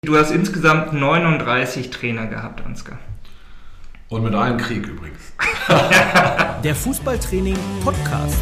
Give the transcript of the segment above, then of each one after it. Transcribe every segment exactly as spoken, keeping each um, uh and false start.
Du hast insgesamt neununddreißig Trainer gehabt, Ansgar. Und mit einem Krieg übrigens. Der Fußballtraining-Podcast.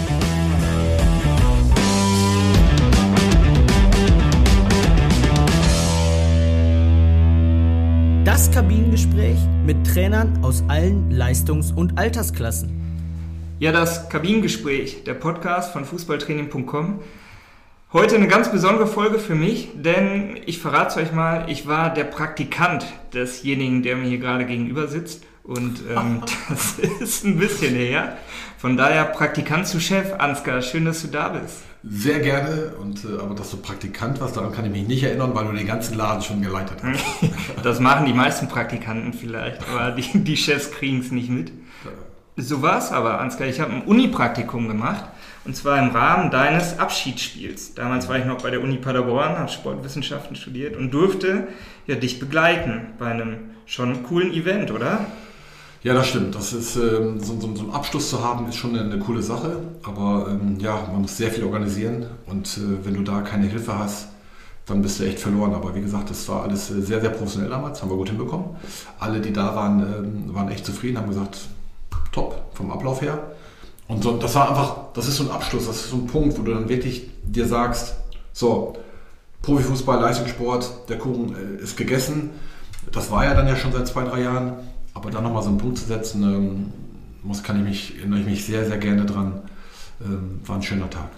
Das Kabinengespräch mit Trainern aus allen Leistungs- und Altersklassen. Ja, das Kabinengespräch, der Podcast von fußballtraining punkt com. Heute eine ganz besondere Folge für mich, denn ich verrate es euch mal, ich war der Praktikant desjenigen, der mir hier gerade gegenüber sitzt. Und ähm, das ist ein bisschen her. Von daher Praktikant zu Chef. Ansgar, schön, dass du da bist. Sehr gerne, und, äh, aber dass du Praktikant warst, daran kann ich mich nicht erinnern, weil du den ganzen Laden schon geleitet hast. Das machen die meisten Praktikanten vielleicht, aber die, die Chefs kriegen es nicht mit. So war es aber, Ansgar. Ich habe ein Uni-Praktikum gemacht, und zwar im Rahmen deines Abschiedsspiels. Damals war ich noch bei der Uni Paderborn, habe Sportwissenschaften studiert und durfte ja, dich begleiten bei einem schon coolen Event, oder? Ja, das stimmt. Das ist, ähm, so, so, so einen Abschluss zu haben, ist schon eine, eine coole Sache. Aber ähm, ja, man muss sehr viel organisieren, und äh, wenn du da keine Hilfe hast, dann bist du echt verloren. Aber wie gesagt, das war alles sehr, sehr professionell damals, haben wir gut hinbekommen. Alle, die da waren, ähm, waren echt zufrieden, haben gesagt, top vom Ablauf her. Und so, das war einfach, das ist so ein Abschluss, das ist so ein Punkt, wo du dann wirklich dir sagst, so, Profifußball, Leistungssport, der Kuchen äh, ist gegessen. Das war ja dann ja schon seit zwei, drei Jahren. Aber dann nochmal so einen Punkt zu setzen, ähm, muss, kann ich mich, erinnere ich mich sehr, sehr gerne dran. Ähm, war ein schöner Tag.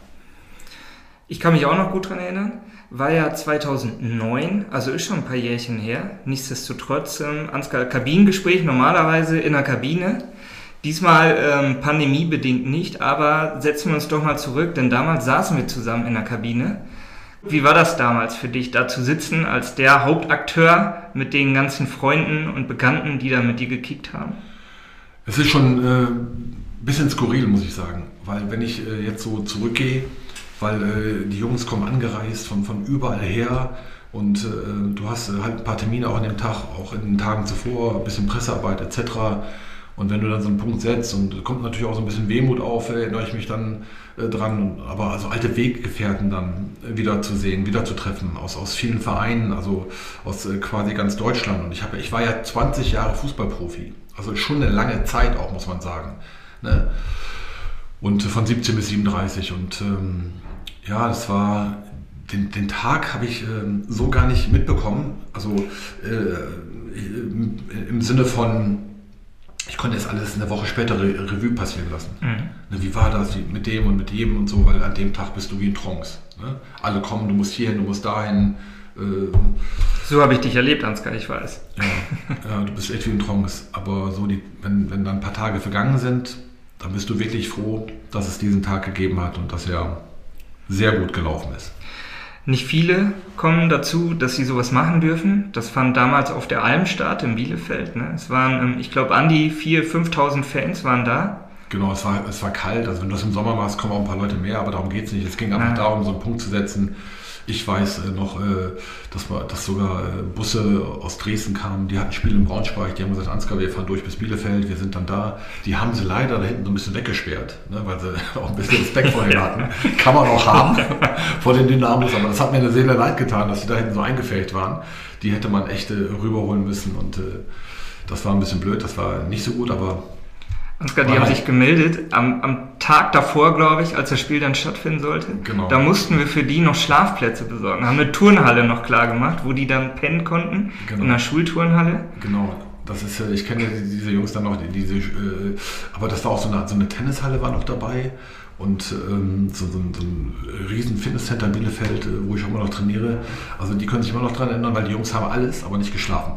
Ich kann mich auch noch gut dran erinnern. War ja zweitausendneun, also ist schon ein paar Jährchen her. Nichtsdestotrotz, ähm, Ansgar, Kabinengespräch normalerweise in der Kabine. Diesmal ähm, pandemiebedingt nicht, aber setzen wir uns doch mal zurück, denn damals saßen wir zusammen in der Kabine. Wie war das damals für dich, da zu sitzen als der Hauptakteur mit den ganzen Freunden und Bekannten, die da mit dir gekickt haben? Es ist schon äh, ein bisschen skurril, muss ich sagen, weil wenn ich äh, jetzt so zurückgehe, weil äh, die Jungs kommen angereist von, von überall her, und äh, du hast äh, halt ein paar Termine auch an dem Tag, auch in den Tagen zuvor, ein bisschen Pressearbeit et cetera. Und wenn du dann so einen Punkt setzt, und kommt natürlich auch so ein bisschen Wehmut auf, erinnere ich mich dann äh, dran, aber also alte Weggefährten dann wieder zu sehen, wieder zu treffen, aus, aus vielen Vereinen, also aus äh, quasi ganz Deutschland. Und ich, hab, ich war ja zwanzig Jahre Fußballprofi, also schon eine lange Zeit auch, muss man sagen. Ne? Und äh, von siebzehn bis siebenunddreißig. Und ähm, ja, das war, den, den Tag habe ich ähm, so gar nicht mitbekommen, also äh, im, im Sinne von, ich konnte jetzt alles eine Woche später Re- Revue passieren lassen. Mhm. Ne, wie war das mit dem und mit jedem und so, weil an dem Tag bist du wie in Trance. Ne? Alle kommen, du musst hierhin, du musst dahin. Äh, so habe ich dich erlebt, Ansgar, ich weiß. Ja, ja, du bist echt wie in Trance. Aber so die, wenn, wenn dann ein paar Tage vergangen sind, dann bist du wirklich froh, dass es diesen Tag gegeben hat und dass er sehr gut gelaufen ist. Nicht viele kommen dazu, dass sie sowas machen dürfen. Das fand damals auf der Alm statt, in Bielefeld. Ne? Es waren, ich glaube, an die viertausend, fünftausend Fans waren da. Genau, es war, es war kalt. Also wenn du das im Sommer machst, kommen auch ein paar Leute mehr, aber darum geht es nicht. Es ging einfach ah. darum, so einen Punkt zu setzen. Ich weiß äh, noch, äh, dass, wir, dass sogar äh, Busse aus Dresden kamen, die hatten Spiel in Braunschweig, die haben gesagt, Ansgar, wir fahren durch bis Bielefeld, wir sind dann da. Die haben sie leider da hinten so ein bisschen weggesperrt, ne, weil sie auch ein bisschen Respekt vor ihnen hatten. Kann man auch haben vor den Dynamos, aber das hat mir eine Seele leid getan, dass sie da hinten so eingefärbt waren. Die hätte man echt äh, rüberholen müssen, und äh, das war ein bisschen blöd, das war nicht so gut, aber... Ansgar, die haben sich gemeldet am, am Tag davor, glaube ich, als das Spiel dann stattfinden sollte. Genau. Da mussten wir für die noch Schlafplätze besorgen. Haben eine Turnhalle noch klar gemacht, wo die dann pennen konnten, genau. In einer Schulturnhalle. Genau, das ist, ich kenne diese Jungs dann noch, diese, äh, aber das war auch so eine, so eine Tennishalle war noch dabei. Und ähm, so, so, ein, so ein riesen Fitnesscenter in Bielefeld, wo ich auch immer noch trainiere. Also die können sich immer noch dran erinnern, weil die Jungs haben alles, aber nicht geschlafen.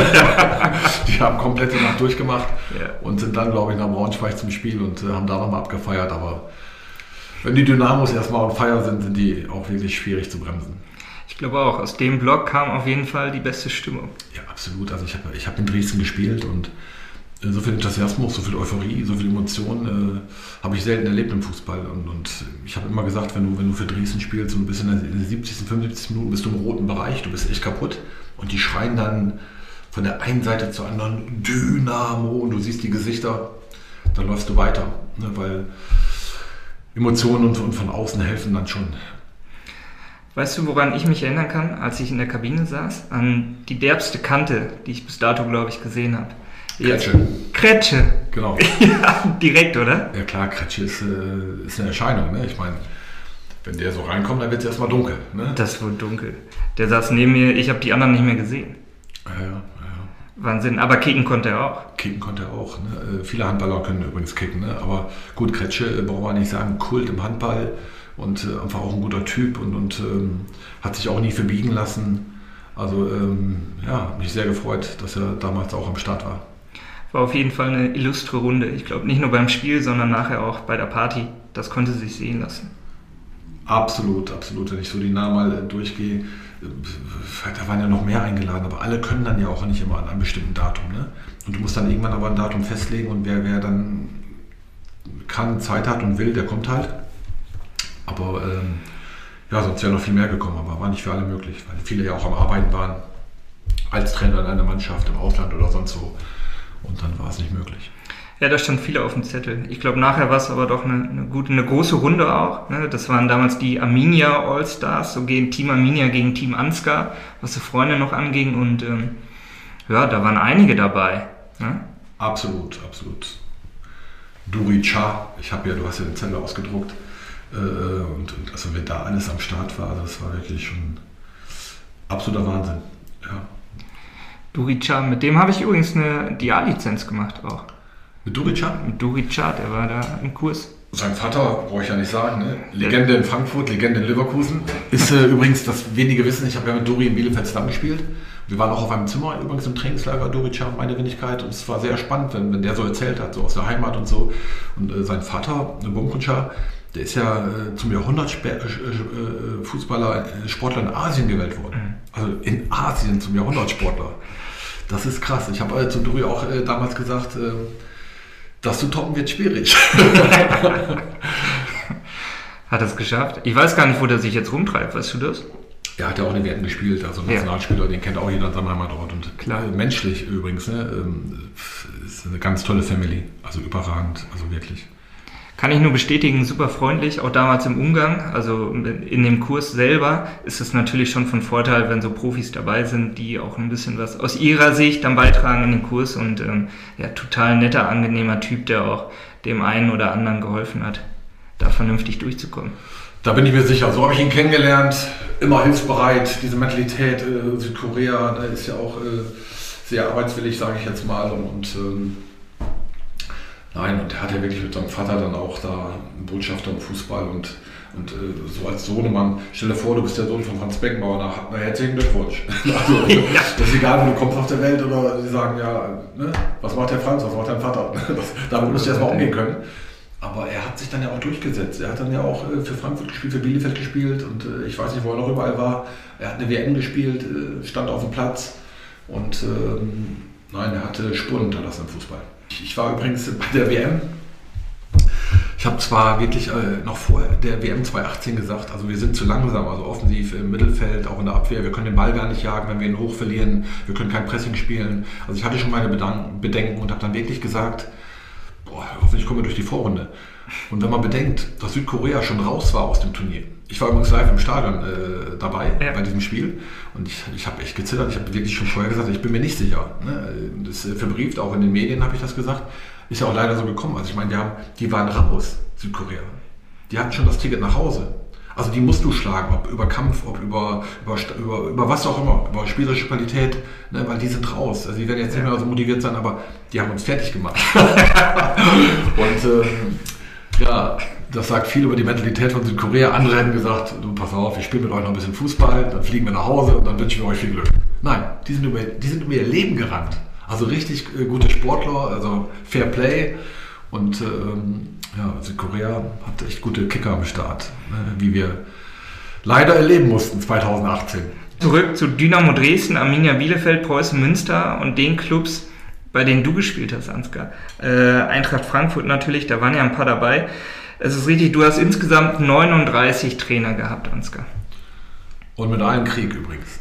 Die haben komplett die Nacht durchgemacht, yeah. Und sind dann, glaube ich, nach Braunschweig zum Spiel und äh, haben da nochmal abgefeiert. Aber wenn die Dynamos erstmal on fire sind, sind die auch wirklich schwierig zu bremsen. Ich glaube auch, aus dem Block kam auf jeden Fall die beste Stimmung. Ja, absolut. Also ich habe ich hab in Dresden gespielt, und so viel Enthusiasmus, so viel Euphorie, so viel Emotionen äh, habe ich selten erlebt im Fußball. Und, und ich habe immer gesagt, wenn du, wenn du für Dresden spielst und bist in den siebzigsten, fünfundsiebzigsten Minuten bist du im roten Bereich, du bist echt kaputt. Und die schreien dann von der einen Seite zur anderen Dynamo, und du siehst die Gesichter, dann läufst du weiter. Ne, weil Emotionen und, und von außen helfen dann schon. Weißt du, woran ich mich erinnern kann, als ich in der Kabine saß? An die derbste Kante, die ich bis dato, glaube ich, gesehen habe. Kretsche. Kretsche. Genau. Ja, direkt, oder? Ja klar, Kretsche ist, äh, ist eine Erscheinung. Ne? Ich meine, wenn der so reinkommt, dann wird es erstmal dunkel. Ne? Das wurde dunkel. Der saß neben mir, ich habe die anderen nicht mehr gesehen. Ja, ja, ja. Wahnsinn, aber kicken konnte er auch. Kicken konnte er auch. Ne? Äh, viele Handballer können übrigens kicken. Ne? Aber gut, Kretsche, äh, brauchen wir nicht sagen, Kult im Handball. Und äh, einfach auch ein guter Typ und, und ähm, hat sich auch nie verbiegen lassen. Also ähm, ja, hat mich sehr gefreut, dass er damals auch am Start war. War auf jeden Fall eine illustre Runde. Ich glaube, nicht nur beim Spiel, sondern nachher auch bei der Party. Das konnte sich sehen lassen. Absolut, absolut. Wenn ich so die Namen mal äh, durchgehe, äh, da waren ja noch mehr eingeladen, aber alle können dann ja auch nicht immer an einem bestimmten Datum. Ne? Und du musst dann irgendwann aber ein Datum festlegen und wer, wer dann kann, Zeit hat und will, der kommt halt. Aber ähm, ja, sonst wäre noch viel mehr gekommen, aber war nicht für alle möglich, weil viele ja auch am Arbeiten waren, als Trainer in einer Mannschaft im Ausland oder sonst wo. Und dann war es nicht möglich. Ja, da stand viele auf dem Zettel. Ich glaube, nachher war es aber doch eine, eine gute, eine große Runde auch. Ne? Das waren damals die Arminia All-Stars, so gegen Team Arminia gegen Team Ansgar, was die Freunde noch anging. Und ähm, ja, da waren einige dabei. Ne? Absolut, absolut. Duri Cha, ich habe ja, du hast ja den Zettel ausgedruckt. Und, und also wer da alles am Start war, also das war wirklich schon absoluter Wahnsinn. Ja. Durica, mit dem habe ich übrigens eine D A-Lizenz gemacht auch. Mit Durica? Mit Durica, der war da im Kurs. Sein Vater, brauche ich ja nicht sagen, ne? Legende in Frankfurt, Legende in Leverkusen. Ist äh, übrigens, das wenige wissen, ich habe ja mit Duri in Bielefeld zusammengespielt. Wir waren auch auf einem Zimmer, übrigens im Trainingslager, Durica und meine Wenigkeit. Und es war sehr spannend, wenn, wenn der so erzählt hat, so aus der Heimat und so. Und äh, sein Vater, Bumkuncha, der ist ja äh, zum Jahrhundertfußballer, äh, Sportler in Asien gewählt worden. Mhm. Also in Asien zum Jahrhundertsportler. Das ist krass. Ich habe äh, zu Duri auch äh, damals gesagt, äh, das zu toppen wird schwierig. Hat er es geschafft? Ich weiß gar nicht, wo der sich jetzt rumtreibt. Weißt du das? Er hat ja auch in den Werten gespielt, also Nationalspieler, ja. Den kennt auch jeder in seinem Heimatort. Und klar. Äh, menschlich übrigens, ne, ähm, ist eine ganz tolle Family. Also überragend, also wirklich. Kann ich nur bestätigen, super freundlich, auch damals im Umgang, also in dem Kurs selber ist es natürlich schon von Vorteil, wenn so Profis dabei sind, die auch ein bisschen was aus ihrer Sicht dann beitragen in den Kurs und ähm, ja, total netter, angenehmer Typ, der auch dem einen oder anderen geholfen hat, da vernünftig durchzukommen. Da bin ich mir sicher, so habe ich ihn kennengelernt, immer hilfsbereit, diese Mentalität, äh, Südkorea, da ist ja auch äh, sehr arbeitswillig, sage ich jetzt mal und, und ähm, nein, und der hat ja wirklich mit seinem Vater dann auch da einen Botschafter im Fußball und, und äh, so als Sohnemann. Stell dir vor, du bist der Sohn von Franz Beckenbauer, na, na herzlichen Glückwunsch. Also, ja. Das ist egal, wo du kommst auf der Welt oder sie sagen, ja, ne, was macht der Franz, was macht dein Vater? Das, damit musst du erstmal umgehen können. Aber er hat sich dann ja auch durchgesetzt. Er hat dann ja auch äh, für Frankfurt gespielt, für Bielefeld gespielt und äh, ich weiß nicht, wo er noch überall war. Er hat eine W M gespielt, äh, stand auf dem Platz und ähm, nein, er hatte Spuren hinterlassen im Fußball. Ich war übrigens bei der W M. Ich habe zwar wirklich äh, noch vor der W M zwanzig achtzehn gesagt, also wir sind zu langsam, also offensiv im Mittelfeld, auch in der Abwehr. Wir können den Ball gar nicht jagen, wenn wir ihn hoch verlieren. Wir können kein Pressing spielen. Also ich hatte schon meine Bedenken und habe dann wirklich gesagt, boah, hoffentlich kommen wir durch die Vorrunde. Und wenn man bedenkt, dass Südkorea schon raus war aus dem Turnier. Ich war übrigens live im Stadion äh, dabei, ja. bei diesem Spiel. Und ich, ich habe echt gezittert. Ich habe wirklich schon vorher gesagt, ich bin mir nicht sicher. Ne? Das ist verbrieft, auch in den Medien habe ich das gesagt. Ist ja auch leider so gekommen. Also ich meine, die, haben, die waren raus, Südkorea. Die hatten schon das Ticket nach Hause. Also die musst du schlagen, ob über Kampf, ob über, über, über, über was auch immer, über spielerische Qualität, ne? Weil die sind raus. Also die werden jetzt nicht mehr so motiviert sein, aber die haben uns fertig gemacht. Und ähm, ja, das sagt viel über die Mentalität von Südkorea. Andere hätten gesagt, du pass auf, ich spiele mit euch noch ein bisschen Fußball, dann fliegen wir nach Hause und dann wünschen wir euch viel Glück. Nein, die sind über, die sind über ihr Leben gerannt. Also richtig äh, gute Sportler, also Fair Play. Und ähm, ja, Südkorea hat echt gute Kicker am Start, ne, wie wir leider erleben mussten zwanzig achtzehn. Zurück zu Dynamo Dresden, Arminia Bielefeld, Preußen Münster und den Clubs, bei denen du gespielt hast, Ansgar. Äh, Eintracht Frankfurt natürlich, da waren ja ein paar dabei. Es ist richtig, du hast insgesamt neununddreißig Trainer gehabt, Ansgar. Und mit allen Krieg übrigens.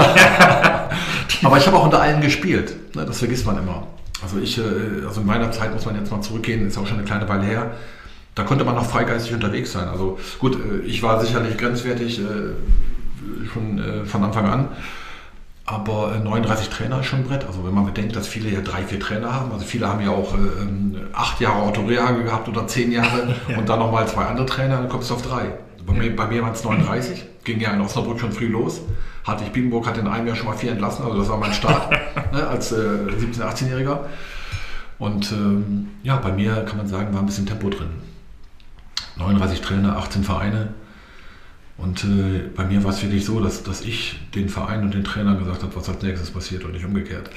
Aber ich habe auch unter allen gespielt, ne, das vergisst man immer. Also ich, also in meiner Zeit muss man jetzt mal zurückgehen, ist auch schon eine kleine Weile her. Da konnte man noch freigeistig unterwegs sein. Also gut, ich war sicherlich grenzwertig schon äh, von Anfang an. Aber neununddreißig Trainer ist schon ein Brett. Also wenn man bedenkt, dass viele ja drei, vier Trainer haben. Also viele haben ja auch äh, acht Jahre Otto Rehhagel gehabt oder zehn Jahre und dann nochmal zwei andere Trainer, dann kommst du auf drei. Bei, ja. mir, bei mir waren es neununddreißig, ging ja in Osnabrück schon früh los. Hartwig Biedenburg hat in einem Jahr schon mal vier entlassen, also das war mein Start ne, als äh, siebzehn-, achtzehnjähriger. Und ähm, ja, bei mir kann man sagen, war ein bisschen Tempo drin. neununddreißig Trainer, achtzehn Vereine. Und äh, bei mir war es wirklich so, dass, dass ich den Verein und den Trainern gesagt habe, was als nächstes passiert und nicht umgekehrt.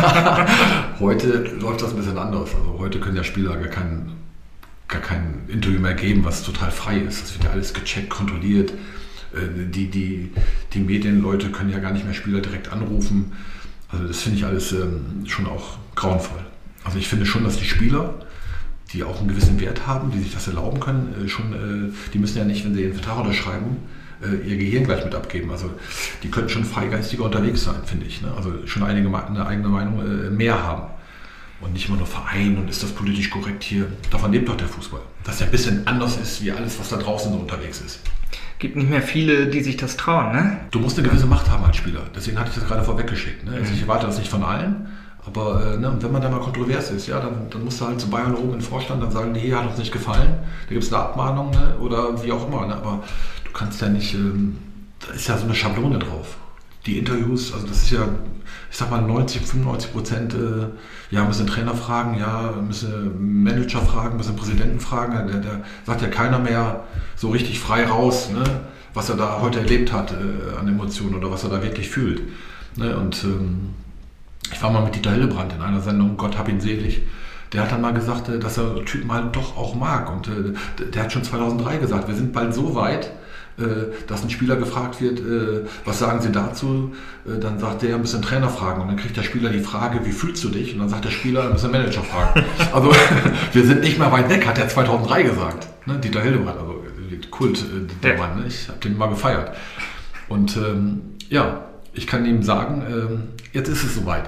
Heute läuft das ein bisschen anders. Also heute können ja Spieler gar kein, gar kein Interview mehr geben, was total frei ist. Das wird ja alles gecheckt, kontrolliert. Äh, die, die, die Medienleute können ja gar nicht mehr Spieler direkt anrufen. Also das finde ich alles ähm, schon auch grauenvoll. Also ich finde schon, dass die Spieler, die auch einen gewissen Wert haben, die sich das erlauben können, äh, schon, äh, die müssen ja nicht, wenn sie ihren Vertrag unterschreiben, äh, ihr Gehirn gleich mit abgeben. Also die können schon freigeistiger unterwegs sein, finde ich. Ne? Also schon einige, eine eigene Meinung äh, mehr haben. Und nicht immer nur Verein und ist das politisch korrekt hier. Davon lebt doch der Fußball. Dass er ein bisschen anders ist, wie alles, was da draußen so unterwegs ist. Gibt nicht mehr viele, die sich das trauen, ne? Du musst eine gewisse Macht haben als Spieler. Deswegen hatte ich das gerade vorweggeschickt. Ne? Also ich erwarte das nicht von allen. Aber äh, ne, wenn man da mal kontrovers ist, ja, dann, dann musst du halt zu Bayern oben in den Vorstand, dann sagen die, hier hat uns nicht gefallen, da gibt es eine Abmahnung ne, oder wie auch immer. Ne, aber du kannst ja nicht, ähm, da ist ja so eine Schablone drauf. Die Interviews, also das ist ja, ich sag mal neunzig, fünfundneunzig Prozent, äh, ja, müssen Trainer fragen, ja, müssen Manager fragen, müssen Präsidenten fragen. Da, da sagt ja keiner mehr so richtig frei raus, ne, was er da heute erlebt hat äh, an Emotionen oder was er da wirklich fühlt. Ne, und ähm, ich war mal mit Dieter Hillebrand in einer Sendung, Gott hab ihn selig. Der hat dann mal gesagt, dass er Typen halt doch auch mag. Und äh, der hat schon zweitausenddrei gesagt, wir sind bald so weit, äh, dass ein Spieler gefragt wird, äh, was sagen Sie dazu? Äh, dann sagt der, müssen einen Trainer fragen. Und dann kriegt der Spieler die Frage, wie fühlst du dich? Und dann sagt der Spieler, müssen einen Manager fragen. Also wir sind nicht mehr weit weg, hat er zweitausenddrei gesagt. Ne? Dieter Hillebrand, also Kult, äh, der ja. Mann, ne? Ich habe den mal gefeiert. Und ähm, ja, ich kann ihm sagen, ähm, jetzt ist es soweit.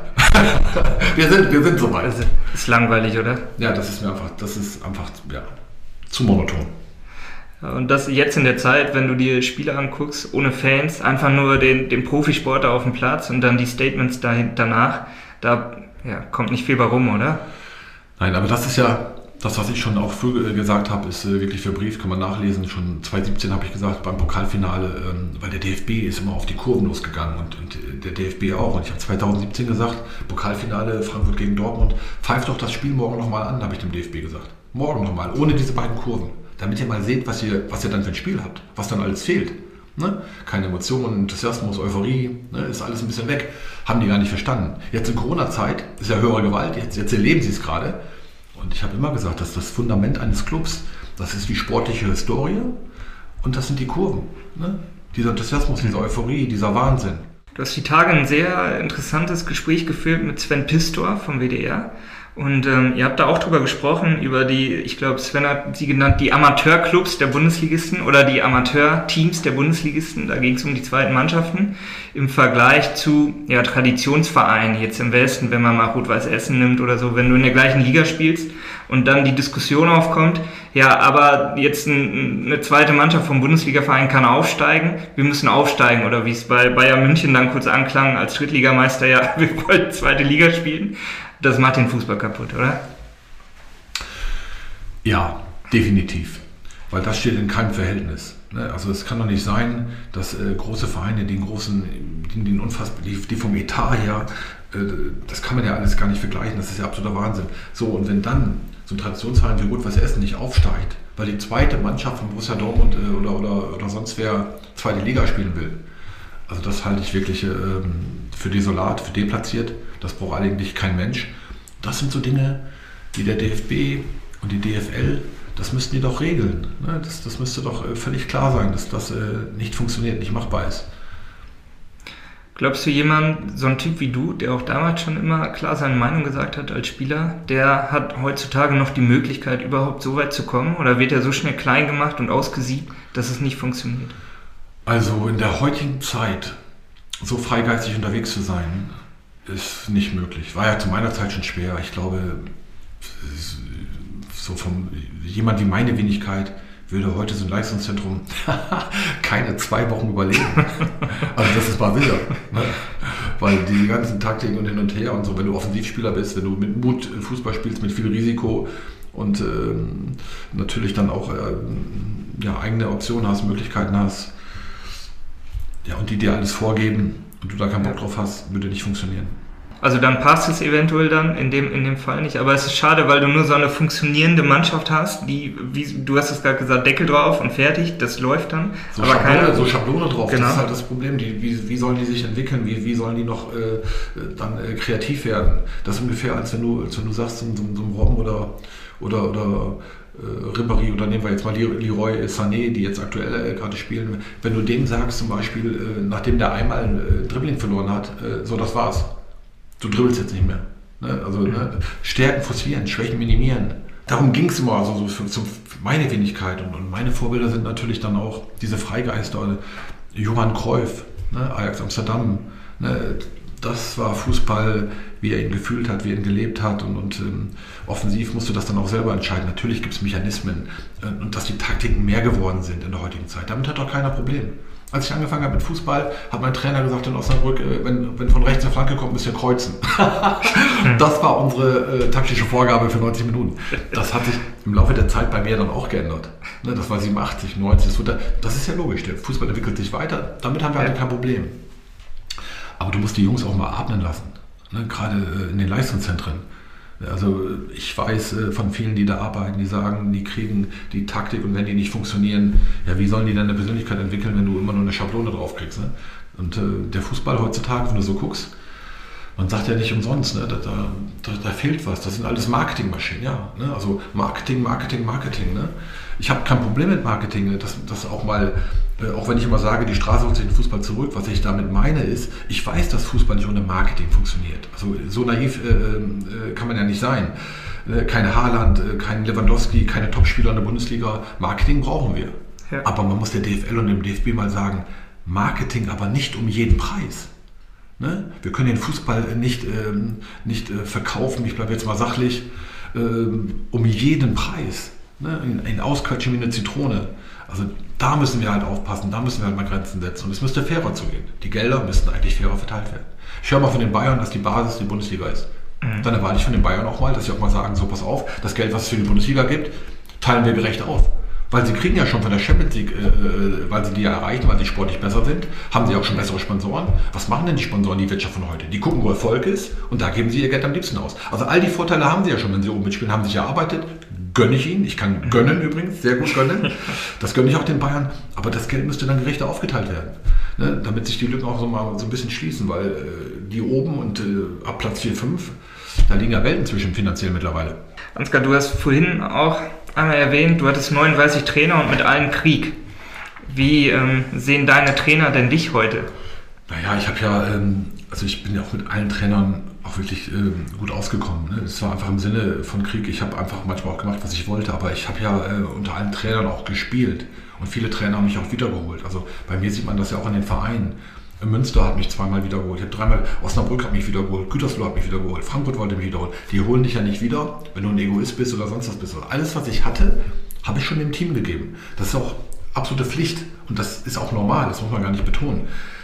wir, sind, wir sind soweit. Das ist langweilig, oder? Ja, das ist mir einfach, das ist einfach ja, zu monoton. Und das jetzt in der Zeit, wenn du dir Spiele anguckst, ohne Fans, einfach nur den, den Profisportler auf dem Platz und dann die Statements dahin, danach, da ja, kommt nicht viel bei rum, oder? Nein, aber das ist ja, das, was ich schon auch früh gesagt habe, ist äh, wirklich verbrieft, kann man nachlesen. Schon zweitausendsiebzehn habe ich gesagt, beim Pokalfinale, ähm, weil der D F B ist immer auf die Kurven losgegangen und, und der D F B auch. Und ich habe zweitausendsiebzehn gesagt, Pokalfinale Frankfurt gegen Dortmund, pfeift doch das Spiel morgen nochmal an, habe ich dem D F B gesagt. Morgen nochmal, ohne diese beiden Kurven. Damit ihr mal seht, was ihr, was ihr dann für ein Spiel habt, was dann alles fehlt. Ne? Keine Emotionen, Enthusiasmus, Euphorie, ne? Ist alles ein bisschen weg. Haben die gar nicht verstanden. Jetzt in Corona-Zeit ist ja höhere Gewalt, jetzt, jetzt erleben sie es gerade. Und ich habe immer gesagt, dass das Fundament eines Clubs, das ist die sportliche Historie und das sind die Kurven. Ne? Dieser Enthusiasmus, diese Euphorie, dieser Wahnsinn. Du hast die Tage ein sehr interessantes Gespräch geführt mit Sven Pistor vom W D R. Und ähm, ihr habt da auch drüber gesprochen, über die, ich glaube, Sven hat sie genannt, die Amateurclubs der Bundesligisten oder die Amateurteams der Bundesligisten. Da ging es um die zweiten Mannschaften im Vergleich zu ja, Traditionsvereinen jetzt im Westen, wenn man mal Rot-Weiß Essen nimmt oder so, wenn du in der gleichen Liga spielst und dann die Diskussion aufkommt, ja, aber jetzt ein, eine zweite Mannschaft vom Bundesligaverein kann aufsteigen, wir müssen aufsteigen, oder wie es bei Bayern München dann kurz anklang als Drittligameister, ja, wir wollen zweite Liga spielen. Das macht den Fußball kaputt, oder? Ja, definitiv. Weil das steht in keinem Verhältnis. Also es kann doch nicht sein, dass äh, große Vereine, die, großen, die, die, unfassbar, die, die vom Etat her, äh, das kann man ja alles gar nicht vergleichen, das ist ja absoluter Wahnsinn. So, und wenn dann so ein Traditionsverein wie Rot-Weiß Essen nicht aufsteigt, weil die zweite Mannschaft von Borussia Dortmund äh, oder, oder, oder sonst wer zweite Liga spielen will, also das halte ich wirklich äh, für desolat, für deplatziert. Das braucht eigentlich kein Mensch. Das sind so Dinge, die der D F B und die D F L, das müssten die doch regeln. Ne? Das, das müsste doch äh, völlig klar sein, dass das äh, nicht funktioniert, nicht machbar ist. Glaubst du, jemand, so ein Typ wie du, der auch damals schon immer klar seine Meinung gesagt hat als Spieler, der hat heutzutage noch die Möglichkeit, überhaupt so weit zu kommen? Oder wird er so schnell klein gemacht und ausgesiebt, dass es nicht funktioniert? Also in der heutigen Zeit so freigeistig unterwegs zu sein, ist nicht möglich. War ja zu meiner Zeit schon schwer. Ich glaube, so von jemand wie meine Wenigkeit würde heute so ein Leistungszentrum keine zwei Wochen überleben. Also das ist mal sicher. Ne? Weil die ganzen Taktiken und hin und her und so, wenn du Offensivspieler bist, wenn du mit Mut Fußball spielst, mit viel Risiko und ähm, natürlich dann auch äh, ja, eigene Optionen hast, Möglichkeiten hast, ja, und die dir alles vorgeben und du da keinen Bock drauf hast, würde nicht funktionieren. Also dann passt es eventuell dann in dem, in dem Fall nicht, aber es ist schade, weil du nur so eine funktionierende Mannschaft hast, die, wie du hast es gerade gesagt, Deckel drauf und fertig, das läuft dann. So, aber Schablone, keine, so Schablone drauf, genau. Das ist halt das Problem, die, wie, wie sollen die sich entwickeln, wie, wie sollen die noch äh, dann äh, kreativ werden. Das ist ungefähr, als wenn du, als wenn du sagst, so, so, so ein Robben oder, oder, oder äh, Ribéry oder nehmen wir jetzt mal Leroy Sané, die jetzt aktuell äh, gerade spielen, wenn du dem sagst zum Beispiel, äh, nachdem der einmal ein äh, Dribbling verloren hat, äh, so das war's. Du dribbelst jetzt nicht mehr. Ne? Also ne? Stärken forcieren, Schwächen minimieren. Darum ging es immer, also so für, für meine Wenigkeit. Und, und meine Vorbilder sind natürlich dann auch diese Freigeister, Johann Cruyff, ne? Ajax Amsterdam. Ne? Das war Fußball, wie er ihn gefühlt hat, wie er ihn gelebt hat. Und, und ähm, offensiv musst du das dann auch selber entscheiden. Natürlich gibt es Mechanismen äh, und dass die Taktiken mehr geworden sind in der heutigen Zeit. Damit hat doch keiner Problem. Als ich angefangen habe mit Fußball, hat mein Trainer gesagt in Osnabrück, wenn, wenn von rechts eine Flanke kommt, müsst ihr kreuzen. Das war unsere äh, taktische Vorgabe für neunzig Minuten. Das hat sich im Laufe der Zeit bei mir dann auch geändert. Ne, das war siebenundachtzig, neunzig. Das, das ist ja logisch, der Fußball entwickelt sich weiter. Damit haben wir halt kein Problem. Aber du musst die Jungs auch mal atmen lassen. Ne, gerade äh, in den Leistungszentren. Also ich weiß äh, von vielen, die da arbeiten, die sagen, die kriegen die Taktik und wenn die nicht funktionieren, ja, wie sollen die dann eine Persönlichkeit entwickeln, wenn du immer nur eine Schablone drauf kriegst? Ne? Und äh, der Fußball heutzutage, wenn du so guckst, man sagt ja nicht umsonst, ne? da, da, da fehlt was, das sind alles Marketingmaschinen, ja. Ne? Also Marketing, Marketing, Marketing. Ne? Ich habe kein Problem mit Marketing, das, das auch mal, äh, auch wenn ich immer sage, die Straße holt sich den Fußball zurück, was ich damit meine ist, ich weiß, dass Fußball nicht ohne Marketing funktioniert. Also so naiv äh, äh, kann man ja nicht sein. Äh, kein Haaland, äh, kein Lewandowski, keine Topspieler in der Bundesliga. Marketing brauchen wir. Ja. Aber man muss der D F L und dem D F B mal sagen, Marketing aber nicht um jeden Preis. Ne? Wir können den Fußball nicht, ähm, nicht äh, verkaufen, ich bleibe jetzt mal sachlich, ähm, um jeden Preis. Ne? In, in Ausquetschen wie eine Zitrone. Also da müssen wir halt aufpassen, da müssen wir halt mal Grenzen setzen. Und es müsste fairer zugehen. Die Gelder müssten eigentlich fairer verteilt werden. Ich höre mal von den Bayern, dass die Basis die Bundesliga ist. Mhm. Dann erwarte ich von den Bayern auch mal, dass sie auch mal sagen, so pass auf, das Geld, was es für die Bundesliga gibt, teilen wir gerecht auf. Weil sie kriegen ja schon von der Champions League, äh, weil sie die ja erreichen, weil sie sportlich besser sind, haben sie auch schon bessere Sponsoren. Was machen denn die Sponsoren, die Wirtschaft von heute? Die gucken, wo Erfolg ist und da geben sie ihr Geld am liebsten aus. Also all die Vorteile haben sie ja schon, wenn sie oben mitspielen, haben sich erarbeitet. Gönne ich ihnen. Ich kann gönnen übrigens, sehr gut gönnen. Das gönne ich auch den Bayern. Aber das Geld müsste dann gerechter aufgeteilt werden. Ne? Damit sich die Lücken auch so mal so ein bisschen schließen, weil äh, die oben und äh, ab Platz vier, fünf, da liegen ja Welten zwischen finanziell mittlerweile. Ansgar, du hast vorhin auch einmal erwähnt, du hattest neununddreißig Trainer und mit allen Krieg. Wie ähm, sehen deine Trainer denn dich heute? Naja, ich habe ja, ähm, also ich bin ja auch mit allen Trainern auch wirklich ähm, gut ausgekommen. Ne? Es war einfach im Sinne von Krieg. Ich habe einfach manchmal auch gemacht, was ich wollte, aber ich habe ja äh, unter allen Trainern auch gespielt und viele Trainer haben mich auch wiedergeholt. Also bei mir sieht man das ja auch an den Vereinen. Münster hat mich zweimal wiedergeholt, ich habe dreimal, Osnabrück hat mich wiedergeholt, Gütersloh hat mich wiedergeholt, Frankfurt wollte mich wiederholen. Die holen dich ja nicht wieder, wenn du ein Egoist bist oder sonst was bist. Alles, was ich hatte, habe ich schon dem Team gegeben. Das ist auch absolute Pflicht und das ist auch normal, das muss man gar nicht betonen.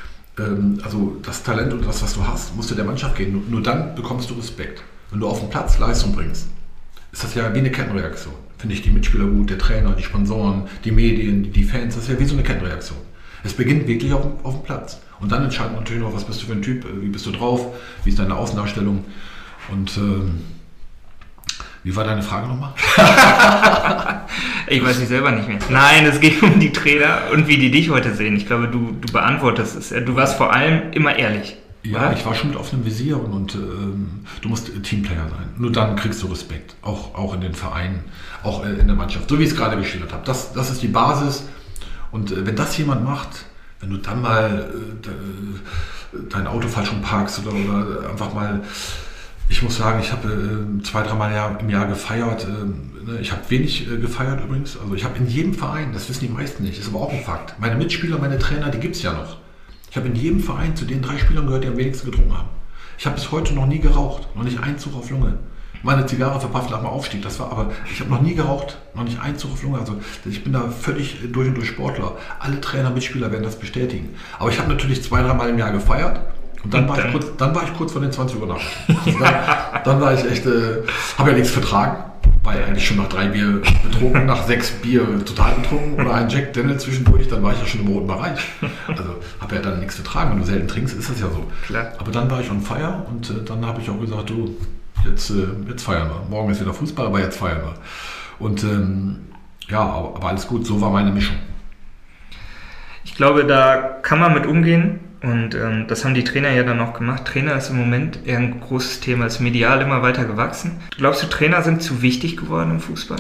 Ähm, also das Talent und das, was du hast, musst du der Mannschaft geben. Nur, nur dann bekommst du Respekt. Wenn du auf dem Platz Leistung bringst, ist das ja wie eine Kettenreaktion. Finde ich die Mitspieler gut, der Trainer, die Sponsoren, die Medien, die Fans, das ist ja wie so eine Kettenreaktion. Es beginnt wirklich auf, auf dem Platz. Und dann entscheidet man natürlich noch, was bist du für ein Typ, wie bist du drauf, wie ist deine Außendarstellung und ähm, wie war deine Frage nochmal? Ich weiß nicht selber nicht mehr. Nein, es geht um die Trainer und wie die dich heute sehen. Ich glaube, du, du beantwortest es. Du warst vor allem immer ehrlich. Ja, oder? Ich war schon mit offenem Visier und, und ähm, du musst Teamplayer sein. Nur dann kriegst du Respekt, auch, auch in den Vereinen, auch äh, in der Mannschaft. So wie ich es gerade geschildert habe. Das, das ist die Basis und äh, wenn das jemand macht, wenn du dann mal äh, dein Auto falsch parkst oder, oder einfach mal, ich muss sagen, ich habe äh, zwei, dreimal im Jahr gefeiert. Äh, ne? Ich habe wenig äh, gefeiert übrigens. Also ich habe in jedem Verein, das wissen die meisten nicht, ist aber auch ein Fakt. Meine Mitspieler, meine Trainer, die gibt es ja noch. Ich habe in jedem Verein zu den drei Spielern gehört, die am wenigsten getrunken haben. Ich habe bis heute noch nie geraucht, noch nicht einen Zug auf Lunge. mal eine Zigarre verpasst nach dem Aufstieg. Das war aber, ich habe noch nie geraucht, noch nicht einen Zug auf Lunge. Also ich bin da völlig durch und durch Sportler. Alle Trainer, Mitspieler werden das bestätigen. Aber ich habe natürlich zwei, dreimal im Jahr gefeiert. Und dann, und war, dann? Ich kurz, dann war ich kurz vor den zwanzig Uhr Nacht. Also dann, dann war ich echt, äh, habe ja nichts vertragen. War ja eigentlich schon nach drei Bier betrunken, nach sechs Bier total betrunken oder ein Jack Daniel zwischendurch, dann war ich ja schon im roten Bereich. Also habe ja dann nichts vertragen. Wenn du selten trinkst, ist das ja so. Klar. Aber dann war ich on fire und äh, dann habe ich auch gesagt, du, jetzt, äh, jetzt feiern wir. Morgen ist wieder Fußball, aber jetzt feiern wir. Und ähm, ja, aber, aber alles gut, so war meine Mischung. Ich glaube, da kann man mit umgehen. Und ähm, das haben die Trainer ja dann auch gemacht. Trainer ist im Moment eher ein großes Thema, ist medial immer weiter gewachsen. Glaubst du, Trainer sind zu wichtig geworden im Fußball?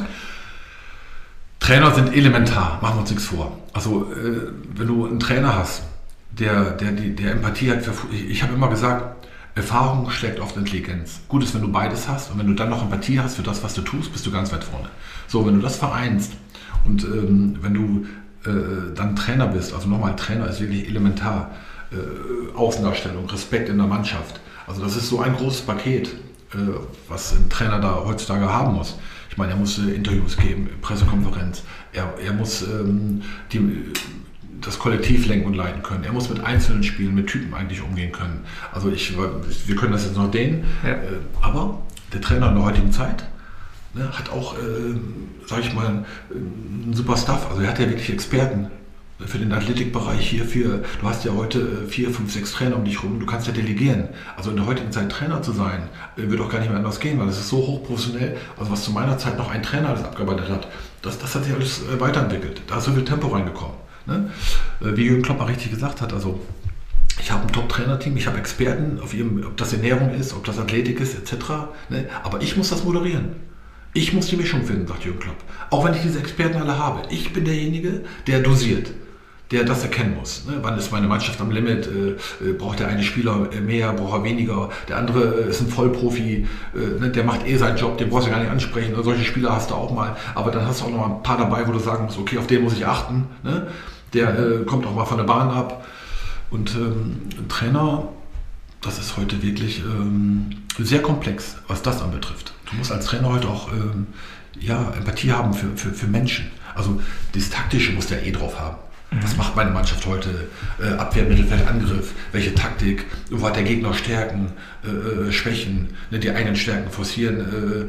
Trainer sind elementar, machen wir uns nichts vor. Also äh, wenn du einen Trainer hast, der, der, die, der Empathie hat, für, ich, ich habe immer gesagt, Erfahrung schlägt oft Intelligenz. Gut ist, wenn du beides hast und wenn du dann noch Empathie hast für das, was du tust, bist du ganz weit vorne. So, wenn du das vereinst und ähm, wenn du äh, dann Trainer bist, also nochmal, Trainer ist wirklich elementar, Äh, Außendarstellung, Respekt in der Mannschaft. Also das ist so ein großes Paket, äh, was ein Trainer da heutzutage haben muss. Ich meine, er muss äh, Interviews geben, Pressekonferenz, er, er muss ähm, die, das Kollektiv lenken und leiten können, er muss mit einzelnen Spielen, mit Typen eigentlich umgehen können. Also ich, wir können das jetzt noch dehnen, ja. äh, aber der Trainer in der heutigen Zeit ne, hat auch, äh, sage ich mal, einen super Staff. Also er hat ja wirklich Experten für den Athletikbereich hier, für, du hast ja heute vier, fünf, sechs Trainer um dich rum, du kannst ja delegieren. Also in der heutigen Zeit Trainer zu sein, wird auch gar nicht mehr anders gehen, weil es ist so hochprofessionell, also was zu meiner Zeit noch ein Trainer alles abgearbeitet hat, das, das hat sich alles weiterentwickelt. Da ist so viel Tempo reingekommen. Ne? Wie Jürgen Klopp mal richtig gesagt hat, also ich habe ein Top-Trainer-Team, ich habe Experten, auf ihrem, ob das Ernährung ist, ob das Athletik ist, et cetera. Ne? Aber ich muss das moderieren. Ich muss die Mischung finden, sagt Jürgen Klopp. Auch wenn ich diese Experten alle habe. Ich bin derjenige, der dosiert, der das erkennen muss. Ne? Wann ist meine Mannschaft am Limit? Äh, braucht der eine Spieler mehr, braucht er weniger? Der andere äh, ist ein Vollprofi, äh, ne? Der macht eh seinen Job, den brauchst du gar nicht ansprechen. Und solche Spieler hast du auch mal. Aber dann hast du auch noch mal ein paar dabei, wo du sagen musst, okay, auf den muss ich achten. Ne? Der äh, kommt auch mal von der Bahn ab. Und ähm, ein Trainer, das ist heute wirklich ähm, sehr komplex, was das anbetrifft. Du musst als Trainer heute auch ähm, ja, Empathie haben für, für, für Menschen. Also das Taktische musst du ja eh drauf haben. Was macht meine Mannschaft heute? Äh, Abwehr, Mittelfeld, Angriff. Welche Taktik? Wo hat der Gegner Stärken, äh, Schwächen? Ne, die eigenen Stärken forcieren,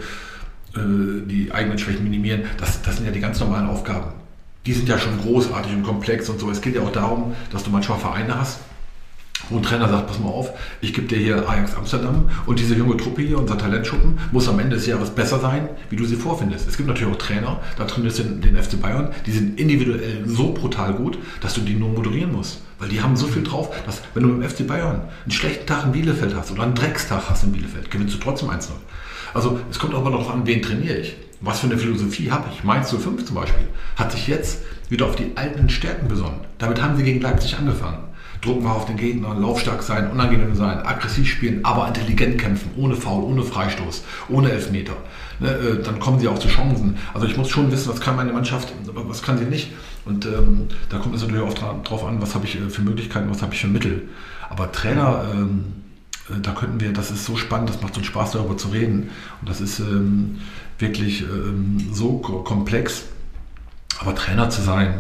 äh, äh, die eigenen Schwächen minimieren. Das, das sind ja die ganz normalen Aufgaben. Die sind ja schon großartig und komplex und so. Es geht ja auch darum, dass du manchmal Vereine hast, wo ein Trainer sagt, pass mal auf, ich gebe dir hier Ajax Amsterdam und diese junge Truppe hier, unser Talentschuppen, muss am Ende des Jahres besser sein, wie du sie vorfindest. Es gibt natürlich auch Trainer, da trainierst du den, den F C Bayern, die sind individuell so brutal gut, dass du die nur moderieren musst. Weil die haben so viel drauf, dass wenn du im F C Bayern einen schlechten Tag in Bielefeld hast oder einen Dreckstag hast in Bielefeld, gewinnst du trotzdem eins null. Also es kommt aber darauf an, wen trainiere ich. Was für eine Philosophie habe ich? Mainz null fünf zum Beispiel hat sich jetzt wieder auf die alten Stärken besonnen. Damit haben sie gegen Leipzig angefangen. Drucken wir auf den Gegner, laufstark sein, unangenehm sein, aggressiv spielen, aber intelligent kämpfen, ohne Foul, ohne Freistoß, ohne Elfmeter. Ne, äh, dann kommen sie auch zu Chancen. Also ich muss schon wissen, was kann meine Mannschaft, was kann sie nicht. Und ähm, da kommt es natürlich auch drauf an, was habe ich für Möglichkeiten, was habe ich für Mittel. Aber Trainer, ähm, äh, da könnten wir, das ist so spannend, das macht so einen Spaß, darüber zu reden. Und das ist ähm, wirklich ähm, so komplex. Aber Trainer zu sein,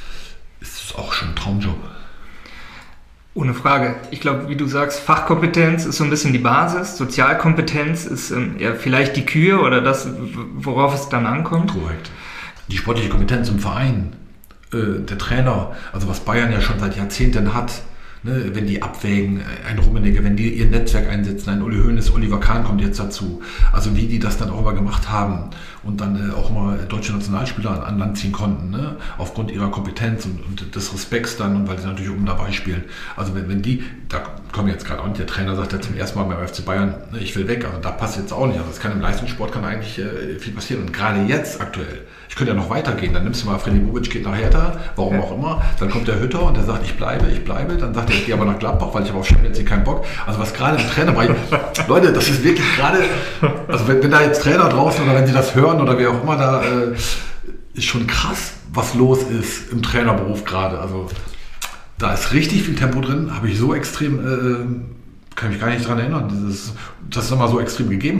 ist auch schon ein Traumjob. Ohne Frage. Ich glaube, wie du sagst, Fachkompetenz ist so ein bisschen die Basis, Sozialkompetenz ist ähm, ja, vielleicht die Kür oder das, worauf es dann ankommt. Korrekt. Die sportliche Kompetenz im Verein, äh, der Trainer, also was Bayern ja schon seit Jahrzehnten hat, ne, wenn die abwägen, ein Rummenigge, wenn die ihr Netzwerk einsetzen, ein Uli Hoeneß, Oliver Kahn kommt jetzt dazu, also wie die das dann auch immer gemacht haben und dann äh, auch mal deutsche Nationalspieler an, an Land ziehen konnten, ne, aufgrund ihrer Kompetenz und, und des Respekts dann und weil sie natürlich oben dabei spielen. Also wenn, wenn die, da kommen jetzt gerade auch nicht, der Trainer sagt ja zum ersten Mal beim F C Bayern, ne, ich will weg, also da passt jetzt auch nicht, also es kann im Leistungssport kann eigentlich äh, viel passieren und gerade jetzt aktuell, ich könnte ja noch weitergehen, dann nimmst du mal Freddy Bobic, geht nach Hertha, warum ja. auch immer, dann kommt der Hütter und der sagt, ich bleibe, ich bleibe, dann sagt er, ich gehe aber nach Gladbach, weil ich habe auf Champions League keinen Bock. Also was gerade im Trainerbereich, Leute, das ist wirklich gerade, also wenn, wenn da jetzt Trainer draußen oder wenn sie das hören oder wer auch immer da, äh, ist schon krass, was los ist im Trainerberuf gerade. Also da ist richtig viel Tempo drin, habe ich so extrem, äh, kann mich gar nicht dran erinnern, dass es das mal so extrem gegeben hat.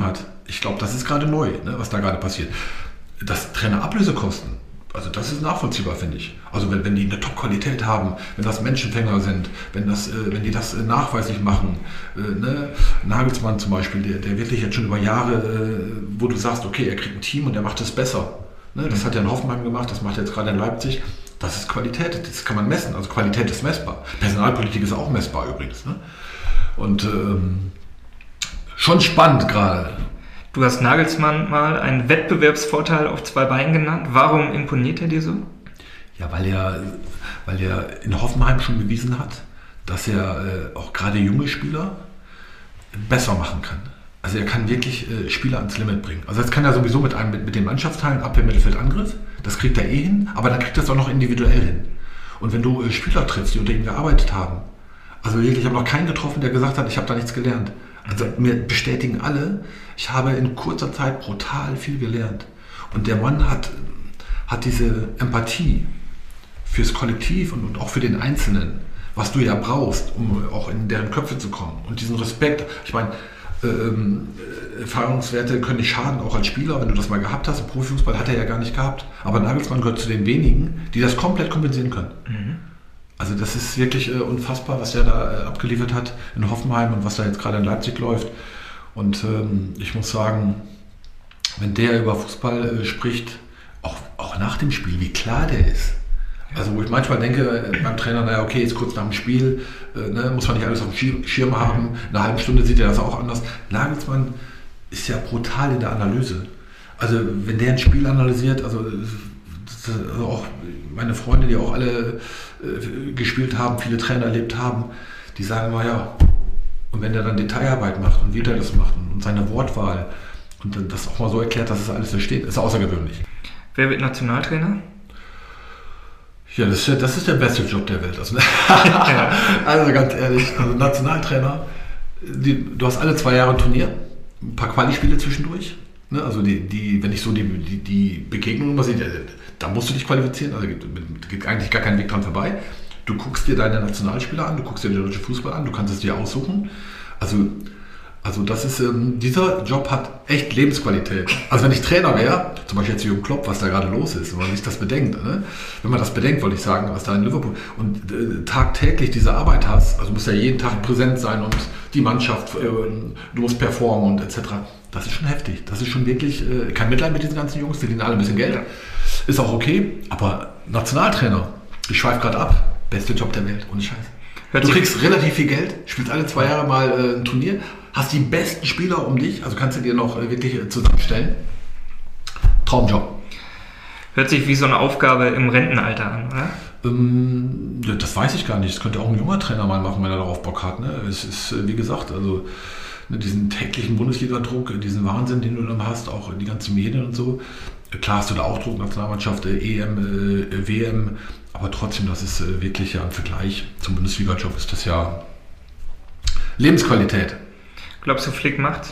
Ich glaube, das ist gerade neu, ne, was da gerade passiert. Das Trainerablösekosten, also das ist nachvollziehbar, finde ich. Also wenn, wenn die eine Top-Qualität haben, wenn das Menschenfänger sind, wenn, das, äh, wenn die das äh, nachweislich machen, äh, ne? Nagelsmann zum Beispiel, der, der wirklich jetzt schon über Jahre, äh, wo du sagst, okay, er kriegt ein Team und er macht es besser. Ne? Das hat er in Hoffenheim gemacht, das macht er jetzt gerade in Leipzig. Das ist Qualität, das kann man messen. Also Qualität ist messbar. Personalpolitik ist auch messbar übrigens. Ne? Und ähm, schon spannend gerade. Du hast Nagelsmann mal einen Wettbewerbsvorteil auf zwei Beinen genannt. Warum imponiert er dir so? Ja, weil er, weil er in Hoffenheim schon bewiesen hat, dass er äh, auch gerade junge Spieler besser machen kann. Also er kann wirklich äh, Spieler ans Limit bringen. Also das kann er sowieso mit, einem, mit, mit den Mannschaftsteilen, Abwehr, Mittelfeld, Angriff. Das kriegt er eh hin, aber dann kriegt er es auch noch individuell hin. Und wenn du äh, Spieler triffst, die unter ihm gearbeitet haben, also wirklich, ich habe noch keinen getroffen, der gesagt hat, ich habe da nichts gelernt. Also mir bestätigen alle, ich habe in kurzer Zeit brutal viel gelernt. Und der Mann hat, hat diese Empathie fürs Kollektiv und, und auch für den Einzelnen, was du ja brauchst, um auch in deren Köpfe zu kommen. Und diesen Respekt, ich meine, ähm, Erfahrungswerte können nicht schaden, auch als Spieler, wenn du das mal gehabt hast. Im Profifußball hat er ja gar nicht gehabt. Aber Nagelsmann gehört zu den wenigen, die das komplett kompensieren können. Mhm. Also das ist wirklich äh, unfassbar, was er da äh, abgeliefert hat in Hoffenheim und was da jetzt gerade in Leipzig läuft. Und ähm, ich muss sagen, wenn der über Fußball äh, spricht, auch, auch nach dem Spiel, wie klar der ist. Also wo ich manchmal denke äh, beim Trainer, naja okay, jetzt kurz nach dem Spiel, äh, ne, muss man nicht alles auf dem Schirm haben, in einer halben Stunde sieht er das auch anders. Nagelsmann ist ja brutal in der Analyse. Also wenn der ein Spiel analysiert, also, also auch meine Freunde, die auch alle äh, gespielt haben, viele Trainer erlebt haben, die sagen immer, ja, und wenn der dann Detailarbeit macht und wie der das macht und seine Wortwahl und dann das auch mal so erklärt, dass es alles versteht, ist außergewöhnlich. Wer wird Nationaltrainer? Ja, das ist, das ist der beste Job der Welt. Also, also ganz ehrlich, also Nationaltrainer, die, du hast alle zwei Jahre ein Turnier, ein paar Quali-Spiele zwischendurch. Ne? Also die, die, wenn ich so die, die, die Begegnungen mal sehe, da musst du dich qualifizieren, also gibt, gibt eigentlich gar keinen Weg dran vorbei. Du guckst dir deine Nationalspieler an, du guckst dir den deutschen Fußball an, du kannst es dir aussuchen. Also, also das ist, ähm, dieser Job hat echt Lebensqualität. Also wenn ich Trainer wäre, zum Beispiel jetzt Jürgen Klopp, was da gerade los ist, wenn man sich das bedenkt, ne? Wenn man das bedenkt, wollte ich sagen, was da in Liverpool, und äh, tagtäglich diese Arbeit hast, also du musst ja jeden Tag präsent sein und die Mannschaft, äh, du musst performen und et cetera. Das ist schon heftig. Das ist schon wirklich, äh, kein Mitleid mit diesen ganzen Jungs, die verdienen alle ein bisschen Geld. Ist auch okay, aber Nationaltrainer, ich schweife gerade ab, beste Job der Welt, ohne Scheiß. Du kriegst relativ viel Geld, spielst alle zwei Jahre mal äh, ein Turnier, hast die besten Spieler um dich, also kannst du dir noch äh, wirklich äh, zusammenstellen. Traumjob. Hört sich wie so eine Aufgabe im Rentenalter an, oder? Ähm, ja, das weiß ich gar nicht. Das könnte auch ein junger Trainer mal machen, wenn er darauf Bock hat. Ne? Es ist, äh, wie gesagt, also ne, diesen täglichen Bundesliga-Druck, diesen Wahnsinn, den du dann hast, auch die ganzen Medien und so. Klar hast du da auch Druck, Nationalmannschaft, äh, E M, äh, W M, aber trotzdem, das ist äh, wirklich ja im Vergleich zum Bundesliga-Job ist das ja Lebensqualität. Glaubst du, Flick macht's?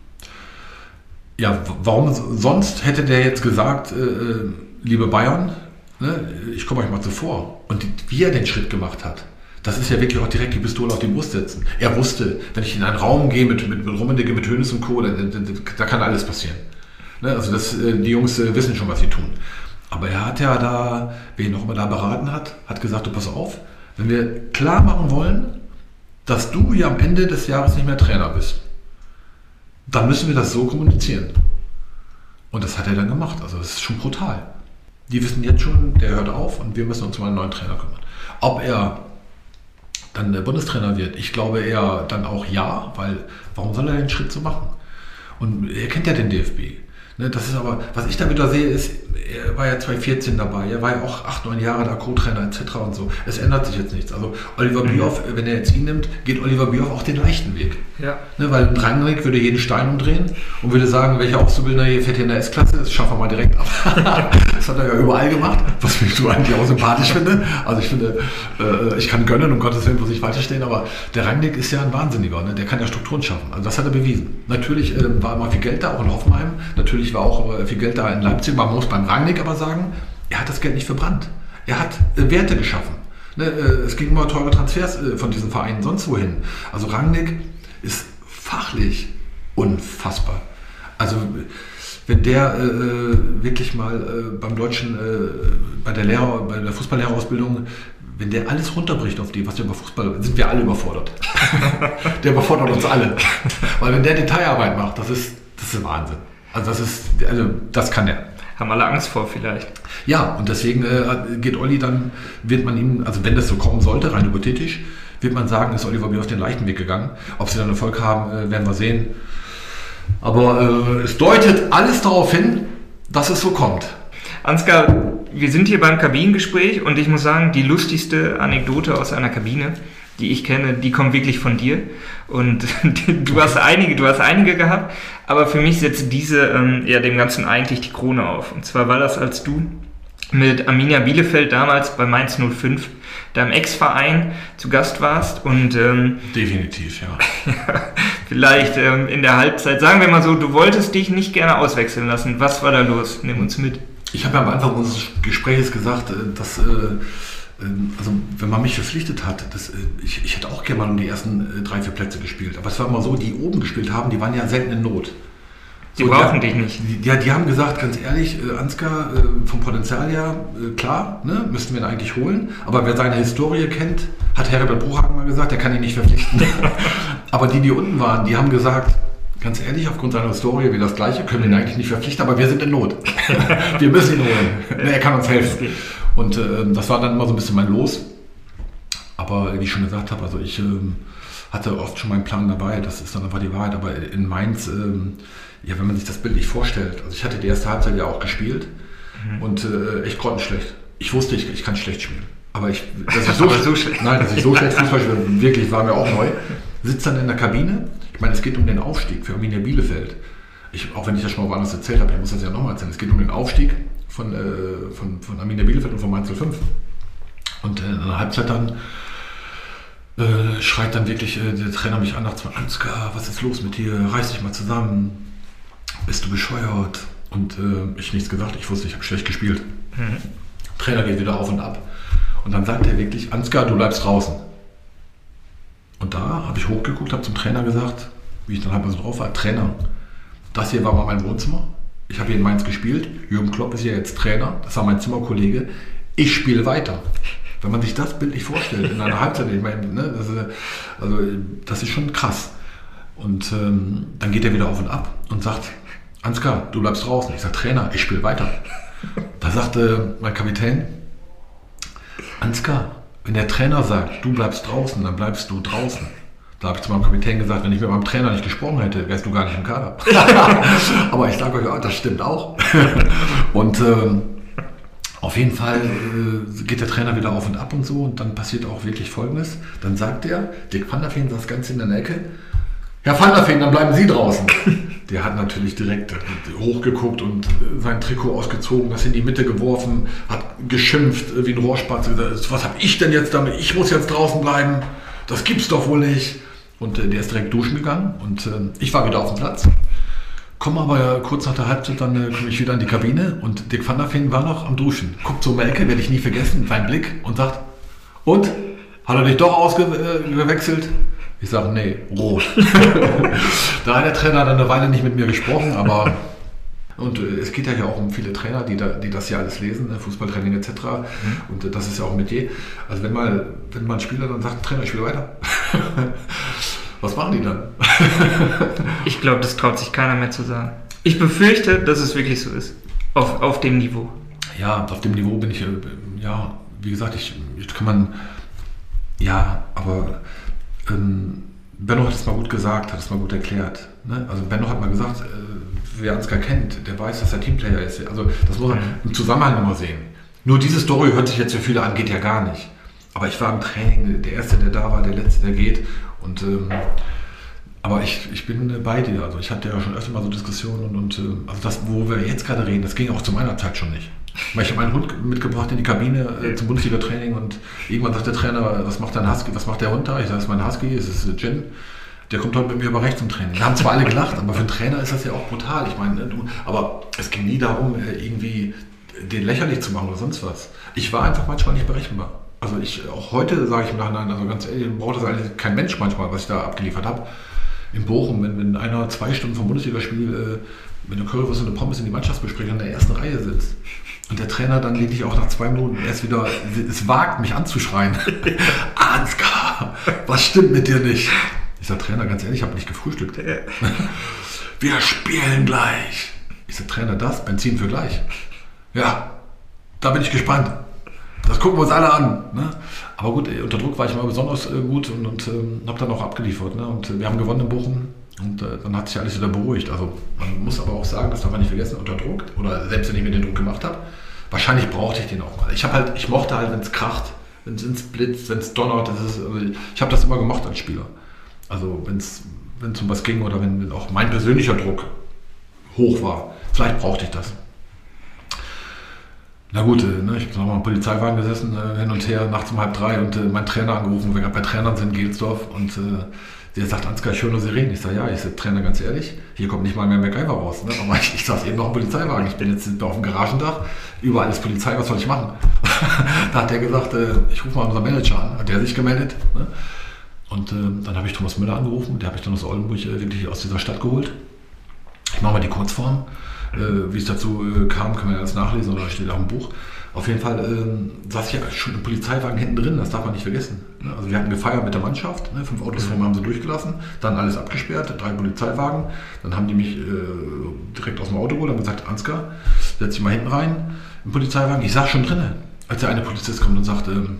Ja, w- warum sonst hätte der jetzt gesagt, äh, liebe Bayern, ne, ich komme euch mal zuvor. Und die, wie er den Schritt gemacht hat, das ist ja wirklich auch direkt die Pistole auf die Brust setzen. Er wusste, wenn ich in einen Raum gehe mit, mit, mit Rummenigge, mit Hoeneß und Co., da, da, da kann alles passieren. Ne, also das, die Jungs äh, wissen schon, was sie tun. Aber er hat ja da, wer ihn noch immer da beraten hat, hat gesagt, du pass auf, wenn wir klar machen wollen, dass du ja am Ende des Jahres nicht mehr Trainer bist, dann müssen wir das so kommunizieren. Und das hat er dann gemacht. Also das ist schon brutal. Die wissen jetzt schon, der hört auf und wir müssen uns um einen neuen Trainer kümmern. Ob er dann der Bundestrainer wird, ich glaube eher dann auch ja, weil warum soll er den Schritt so machen? Und er kennt ja den D F B. Ne, das ist aber, was ich da wieder sehe, ist, er war ja zweitausendvierzehn dabei, er war ja auch acht, neun Jahre da Co-Trainer et cetera und so. Es ändert sich jetzt nichts. Also Oliver mhm. Bierhoff, wenn er jetzt ihn nimmt, geht Oliver Bierhoff auch den leichten Weg. Ja. Ne, weil ein Rangnick würde jeden Stein umdrehen und würde sagen, welcher Auszubildender hier fährt hier in der S-Klasse, das schaffen wir mal direkt ab. Das hat er ja überall gemacht, was ich so eigentlich auch sympathisch finde. Also ich finde, äh, ich kann gönnen, um Gottes Willen, muss ich falsch stehen, aber der Rangnick ist ja ein Wahnsinniger, ne? Der kann ja Strukturen schaffen. Also das hat er bewiesen. Natürlich äh, war immer viel Geld da, auch in Hoffenheim. Natürlich war auch viel Geld da in Leipzig. Man muss beim Rangnick aber sagen, er hat das Geld nicht verbrannt. Er hat äh, Werte geschaffen. Ne, äh, es ging immer teure Transfers äh, von diesen Vereinen sonst wohin. Also Rangnick ist fachlich unfassbar. Also wenn der äh, wirklich mal äh, beim deutschen, äh, bei der Lehrer, bei der Fußballlehrerausbildung, wenn der alles runterbricht auf die, was wir über Fußball, sind wir alle überfordert. Der überfordert uns alle. Weil wenn der Detailarbeit macht, das ist, das ist Wahnsinn. Also das ist, also das kann der. Haben alle Angst vor vielleicht. Ja, und deswegen äh, geht Olli dann, wird man ihm, also wenn das so kommen sollte, rein hypothetisch, wird man sagen, ist Oliver Bierhoff den leichten Weg gegangen. Ob sie dann Erfolg haben, äh, werden wir sehen. Aber äh, es deutet alles darauf hin, dass es so kommt. Ansgar, wir sind hier beim Kabinengespräch und ich muss sagen, die lustigste Anekdote aus einer Kabine, die ich kenne, die kommt wirklich von dir. Und du hast einige, du hast einige gehabt, aber für mich setzt diese ähm, ja dem Ganzen eigentlich die Krone auf. Und zwar war das, als du mit Arminia Bielefeld damals bei Mainz null fünf, deinem Ex-Verein, zu Gast warst und ähm, definitiv, ja. ja vielleicht ähm, in der Halbzeit, sagen wir mal so, du wolltest dich nicht gerne auswechseln lassen. Was war da los? Nimm uns mit. Ich habe ja am Anfang unseres Gesprächs gesagt, dass, also wenn man mich verpflichtet hat, das, ich, ich hätte auch gerne mal um die ersten drei, vier Plätze gespielt. Aber es war immer so, die oben gespielt haben, die waren ja selten in Not. Die so, brauchen die, dich nicht. Die, ja, die haben gesagt, ganz ehrlich, Ansgar, vom Potenzial her, klar, ne, müssten wir ihn eigentlich holen. Aber wer seine Historie kennt, hat Herbert Bruchhagen mal gesagt, der kann ihn nicht verpflichten. Aber die, die unten waren, die haben gesagt, ganz ehrlich, aufgrund seiner Historie wie das Gleiche, können wir ihn eigentlich nicht verpflichten, aber wir sind in Not. Wir müssen ihn holen. Ne, er kann uns helfen. Und äh, das war dann immer so ein bisschen mein Los. Aber wie ich schon gesagt habe, also ich äh, hatte oft schon meinen Plan dabei, das ist dann einfach die Wahrheit. Aber in Mainz, äh, ja, wenn man sich das Bild nicht vorstellt, also ich hatte die erste Halbzeit ja auch gespielt mhm. und äh, echt grottenschlecht. Ich wusste, ich, ich kann schlecht spielen. Aber ich, dass ich so, so schlecht, nein, dass ich so schlecht Fußball spiele, wirklich, war mir auch neu. Sitze dann in der Kabine. Ich meine, es geht um den Aufstieg für Arminia Bielefeld. Ich, auch wenn ich das schon mal woanders erzählt habe, ich muss das ja nochmal erzählen. Es geht um den Aufstieg von, äh, von, von Arminia Bielefeld und von Mainz null fünf. Und äh, in der Halbzeit dann äh, schreit dann wirklich äh, der Trainer mich an, nach zwei, Ansgar, was ist los mit dir? Reiß dich mal zusammen. Bist du bescheuert? Und äh, ich nichts gesagt, ich wusste, ich habe schlecht gespielt. Mhm. Trainer geht wieder auf und ab. Und dann sagt er wirklich, Ansgar, du bleibst draußen. Und da habe ich hochgeguckt, habe zum Trainer gesagt, wie ich dann halt mal so drauf war, Trainer, das hier war mal mein Wohnzimmer. Ich habe hier in Mainz gespielt. Jürgen Klopp ist ja jetzt Trainer. Das war mein Zimmerkollege. Ich spiele weiter. Wenn man sich das bildlich vorstellt, in einer Halbzeit, ich meine, ne, das ist, also, das ist schon krass. Und ähm, dann geht er wieder auf und ab und sagt, Ansgar, du bleibst draußen. Ich sage, Trainer, ich spiele weiter. Da sagte mein Kapitän, Ansgar, wenn der Trainer sagt, du bleibst draußen, dann bleibst du draußen. Da habe ich zu meinem Kapitän gesagt, wenn ich mit meinem Trainer nicht gesprochen hätte, wärst du gar nicht im Kader. Aber ich sage euch, ja, das stimmt auch. Und ähm, auf jeden Fall äh, geht der Trainer wieder auf und ab und so und dann passiert auch wirklich Folgendes. Dann sagt er, Dirk van der Veen saß ganz in der Ecke, Herr van der Veen, dann bleiben Sie draußen. Der hat natürlich direkt hochgeguckt und sein Trikot ausgezogen, das in die Mitte geworfen, hat geschimpft wie ein Rohrspatz, gesagt, was habe ich denn jetzt damit? Ich muss jetzt draußen bleiben, das gibt's doch wohl nicht. Und äh, der ist direkt duschen gegangen und äh, ich war wieder auf dem Platz. Komme aber kurz nach der Halbzeit, dann äh, komme ich wieder in die Kabine und Dirk van der Veen war noch am Duschen. Guckt so um die Ecke, werde ich nie vergessen, mit seinem Blick und sagt, und? Hat er dich doch ausgewechselt? Ich sage, nee, rot. Da hat der Trainer dann eine Weile nicht mit mir gesprochen, aber und äh, es geht ja hier auch um viele Trainer, die, da, die das ja alles lesen, ne? Fußballtraining et cetera. Mhm. Und äh, das ist ja auch ein Metier. Also wenn mal, wenn mal ein Spieler dann sagt, Trainer, ich spiele weiter, was machen die dann? Ich glaube, das traut sich keiner mehr zu sagen. Ich befürchte, dass es wirklich so ist, auf, auf dem Niveau. Ja, auf dem Niveau bin ich, äh, ja, wie gesagt, ich, ich kann man, ja, aber ähm, Benno hat es mal gut gesagt, hat es mal gut erklärt. Ne? Also Benno hat mal gesagt, äh, wer Ansgar kennt, der weiß, dass er Teamplayer ist. Also das muss man im Zusammenhang immer sehen. Nur diese Story hört sich jetzt für viele an, geht ja gar nicht. Aber ich war im Training, der Erste, der da war, der Letzte, der geht. Und, ähm, aber ich, ich bin bei dir. Also ich hatte ja schon öfter mal so Diskussionen. Und, und äh, also das, wo wir jetzt gerade reden, das ging auch zu meiner Zeit schon nicht. Weil ich habe meinen Hund mitgebracht in die Kabine äh, zum Bundesliga-Training und irgendwann sagt der Trainer, was macht dein Husky, was macht der Hund da? Ich sage, das ist mein Husky, es ist Gin. Der kommt heute mit mir über rechts zum Training. Da haben zwar alle gelacht, aber für einen Trainer ist das ja auch brutal. Ich meine, du, aber es ging nie darum, irgendwie den lächerlich zu machen oder sonst was. Ich war einfach manchmal nicht berechenbar. Also ich, auch heute sage ich im Nachhinein, also ganz ehrlich, braucht das eigentlich kein Mensch manchmal, was ich da abgeliefert habe. in Bochum, wenn, wenn einer zwei Stunden vom Bundesligaspiel äh, mit einer Currywurst und einer Pommes in die Mannschaftsbesprechung in der ersten Reihe sitzt und der Trainer dann wirklich auch nach zwei Minuten erst wieder es wagt, mich anzuschreien. Ansgar, was stimmt mit dir nicht? Ich sage, Trainer, ganz ehrlich, ich habe nicht gefrühstückt. Wir spielen gleich. Ich sage, Trainer, das, Benzin für gleich. Ja, da bin ich gespannt. Das gucken wir uns alle an. Ne? Aber gut, unter Druck war ich immer besonders äh, gut und, und ähm, habe dann auch abgeliefert. Ne? Und äh, wir haben gewonnen in Bochum und äh, dann hat sich alles wieder beruhigt. Also man muss aber auch sagen, das darf man nicht vergessen, unter Druck oder selbst wenn ich mir den Druck gemacht habe, wahrscheinlich brauchte ich den auch mal. Ich habe halt, ich mochte halt, wenn es kracht, wenn es blitzt, wenn es donnert. Das ist, also ich habe das immer gemocht als Spieler. Also wenn es um was ging oder wenn, wenn auch mein persönlicher Druck hoch war, vielleicht brauchte ich das. Na gut, ne, ich habe noch mal im Polizeiwagen gesessen, äh, hin und her, nachts um halb drei und äh, meinen Trainer angerufen, wir gerade bei Trainern sind in Gelsdorf und äh, der sagt, Ansgar, ich höre nur Sirenen. Ich sage, ja, ich sage, Trainer, ganz ehrlich, hier kommt nicht mal mehr MacGyver raus. Ne? Aber ich, ich saß eben noch im Polizeiwagen, ich bin jetzt auf dem Garagendach, überall ist Polizei, was soll ich machen? Da hat der gesagt, äh, ich rufe mal unseren Manager an, hat der sich gemeldet. Ne? Und äh, dann habe ich Thomas Müller angerufen, der habe ich dann aus Oldenburg äh, wirklich aus dieser Stadt geholt. Ich mache mal die Kurzform. Äh, wie es dazu äh, kam, kann man ja alles nachlesen oder steht auch im Buch. Auf jeden Fall äh, saß ich ja schon im Polizeiwagen hinten drin, das darf man nicht vergessen. Ne? Also wir hatten gefeiert mit der Mannschaft, ne? Fünf Autos vor mir haben sie durchgelassen, dann alles abgesperrt, drei Polizeiwagen. Dann haben die mich äh, direkt aus dem Auto geholt und gesagt, Ansgar, setz dich mal hinten rein im Polizeiwagen. Ich saß schon drinnen, als der eine Polizist kommt und sagt, ähm,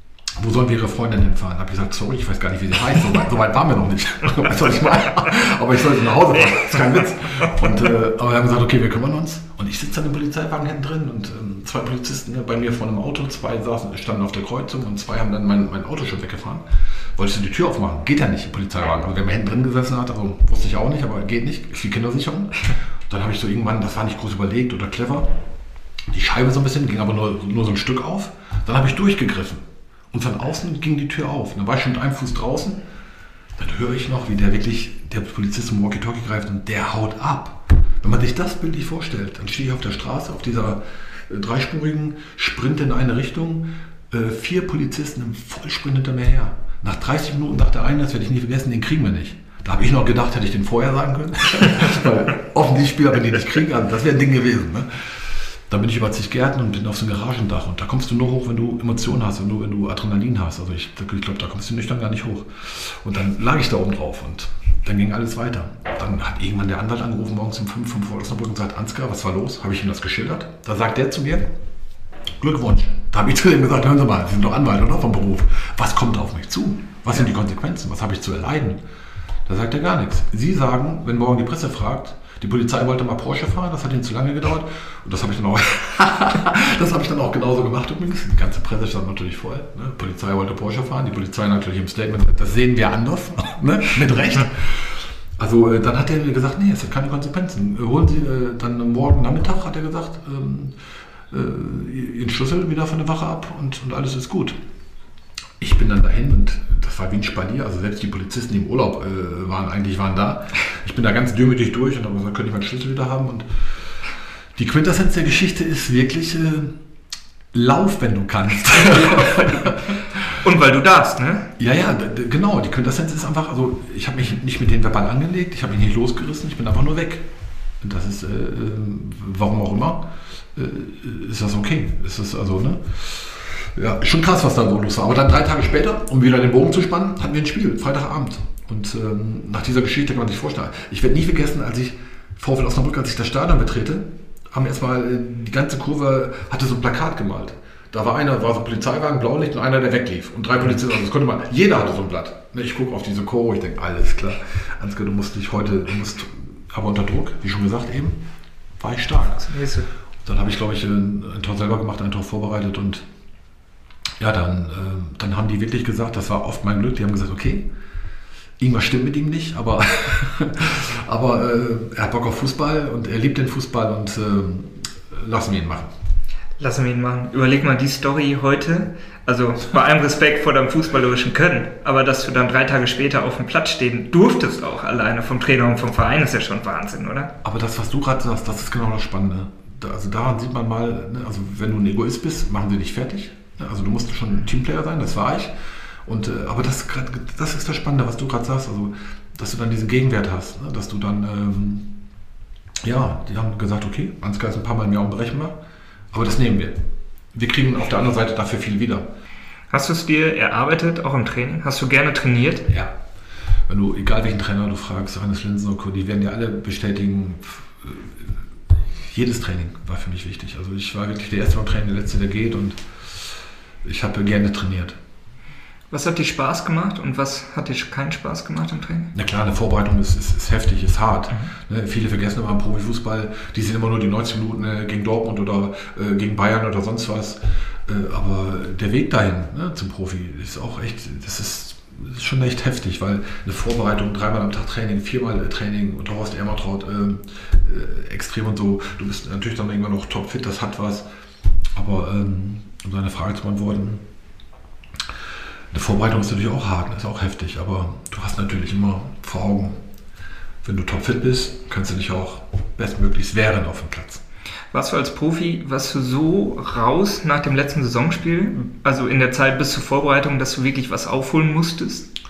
wo sollen wir Ihre Freundin hinfahren? Ich habe gesagt, sorry, ich weiß gar nicht, wie sie heißt, so weit, so weit waren wir noch nicht. Was soll ich machen? Aber ich sollte nach Hause fahren, das ist kein Witz. Und, äh, aber wir haben gesagt, okay, wir kümmern uns. Und ich sitze dann im Polizeiwagen hinten drin und ähm, zwei Polizisten ne, bei mir vor einem Auto, zwei saßen, standen auf der Kreuzung und zwei haben dann mein, mein Auto schon weggefahren. Wolltest du die Tür aufmachen? Geht ja nicht im Polizeiwagen. Also wer mir hinten drin gesessen hat, also wusste ich auch nicht, aber geht nicht, ist die Kindersicherung. Dann habe ich so irgendwann, das war nicht groß überlegt oder clever, die Scheibe so ein bisschen, ging aber nur, nur so ein Stück auf. Dann habe ich durchgegriffen. Und von außen ging die Tür auf. Dann war ich schon mit einem Fuß draußen. Dann höre ich noch, wie der wirklich, der Polizist im Walkie-Talkie greift und der haut ab. Wenn man sich das bildlich vorstellt, dann stehe ich auf der Straße, auf dieser äh, dreispurigen, sprinte in eine Richtung, äh, vier Polizisten im Vollsprint hinter mir her. Nach dreißig Minuten dachte einer, das werde ich nie vergessen, den kriegen wir nicht. Da habe ich noch gedacht, hätte ich den vorher sagen können. Weil offensichtlich Spieler, wenn die nicht kriegen, also das wäre ein Ding gewesen. Ne? Dann bin ich über zig Gärten und bin auf so einem Garagendach. Und da kommst du nur hoch, wenn du Emotionen hast, wenn du, wenn du Adrenalin hast. Also ich, ich glaube, da kommst du nüchtern gar nicht hoch. Und dann lag ich da oben drauf und dann ging alles weiter. Dann hat irgendwann der Anwalt angerufen, morgens um fünf, fünf vor Osnabrück und gesagt, Ansgar, was war los? Habe ich ihm das geschildert? Da sagt der zu mir, Glückwunsch. Da habe ich zu ihm gesagt, hören Sie mal, Sie sind doch Anwalt oder vom Beruf. Was kommt auf mich zu? Was sind die Konsequenzen? Was habe ich zu erleiden? Da sagt er gar nichts. Sie sagen, wenn morgen die Presse fragt, die Polizei wollte mal Porsche fahren, das hat ihnen zu lange gedauert. Und das habe ich dann auch, das habe ich dann auch genauso gemacht übrigens. Die ganze Presse stand natürlich voll. Ne? Die Polizei wollte Porsche fahren, die Polizei natürlich im Statement, das sehen wir anders, ne? Mit Recht. Also äh, dann hat er mir gesagt, nee, es hat keine Konsequenzen. Äh, holen Sie äh, dann morgen Nachmittag, hat er gesagt, ähm, äh, Ihren Schlüssel wieder von der Wache ab und, und alles ist gut. Ich bin dann dahin und das war wie ein Spalier, also selbst die Polizisten, die im Urlaub äh, waren, eigentlich waren da. Ich bin da ganz demütig durch und habe gesagt, könnte ich meinen Schlüssel wieder haben. Und die Quintessenz der Geschichte ist wirklich, äh, lauf, wenn du kannst. Und weil du darfst, ne? Ja, ja, d- d- genau. Die Quintessenz ist einfach, also ich habe mich nicht mit denen verbal angelegt, ich habe mich nicht losgerissen, ich bin einfach nur weg. Und das ist, äh, warum auch immer, äh, ist das okay. Ist das also, ne? Ja, schon krass, was da so los war. Aber dann drei Tage später, um wieder den Bogen zu spannen, hatten wir ein Spiel, Freitagabend. Und ähm, nach dieser Geschichte kann man sich vorstellen, ich werde nie vergessen, als ich VfL Osnabrück, als ich das Stadion betrete, haben erstmal äh, die ganze Kurve, hatte so ein Plakat gemalt. Da war einer, war so ein Polizeiwagen, Blaulicht und einer, der weglief. Und drei Polizisten, also das konnte man, jeder hatte so ein Blatt. Ich gucke auf diese Chore, ich denke, alles klar. Ansgar, du musst dich heute, du musst, aber unter Druck, wie schon gesagt eben, war ich stark. Dann habe ich, glaube ich, ein, ein Tor selber gemacht, ein Tor vorbereitet und ja, dann, äh, dann haben die wirklich gesagt, das war oft mein Glück, die haben gesagt, okay, irgendwas stimmt mit ihm nicht, aber, aber äh, er hat Bock auf Fußball und er liebt den Fußball und äh, lassen wir ihn machen. Lassen wir ihn machen. Überleg mal die Story heute, also bei allem Respekt vor deinem fußballerischen Können, aber dass du dann drei Tage später auf dem Platz stehen durftest auch alleine vom Trainer und vom Verein, ist ja schon Wahnsinn, oder? Aber das, was du gerade sagst, das ist genau das Spannende. Da, also daran sieht man mal, ne, also wenn du ein Egoist bist, machen sie dich fertig. Also du musst schon ein Teamplayer sein, das war ich. Und, äh, aber das, das ist das Spannende, was du gerade sagst. Also dass du dann diesen Gegenwert hast, ne? Dass du dann, ähm, ja, die haben gesagt, okay, Ansgar ist ein paar Mal im Jahr unberechenbar, aber das nehmen wir. Wir kriegen auf der anderen Seite dafür viel wieder. Hast du es dir erarbeitet, auch im Training? Hast du gerne trainiert? Ja. Wenn du, egal welchen Trainer du fragst, Hannes Linsen und Co., die werden ja alle bestätigen, jedes Training war für mich wichtig. Also ich war wirklich der Erste beim Training, der Letzte, der geht, und ich habe gerne trainiert. Was hat dir Spaß gemacht und was hat dir keinen Spaß gemacht im Training? Na klar, eine Vorbereitung ist, ist, ist heftig, ist hart. Mhm. Ne, viele vergessen immer im Profifußball, die sind immer nur die neunzig Minuten äh, gegen Dortmund oder äh, gegen Bayern oder sonst was. Äh, aber der Weg dahin, ne, zum Profi ist auch echt, das ist, das ist schon echt heftig, weil eine Vorbereitung, dreimal am Tag Training, viermal Training und Horst Ermertraut äh, äh, extrem und so. Du bist natürlich dann irgendwann noch topfit, das hat was. Aber ähm, um deine Frage zu beantworten, eine Vorbereitung ist natürlich auch hart, ist auch heftig, aber du hast natürlich immer vor Augen, wenn du topfit bist, kannst du dich auch bestmöglichst wehren auf dem Platz. Warst du als Profi, warst du so raus nach dem letzten Saisonspiel, also in der Zeit bis zur Vorbereitung, dass du wirklich was aufholen musstest?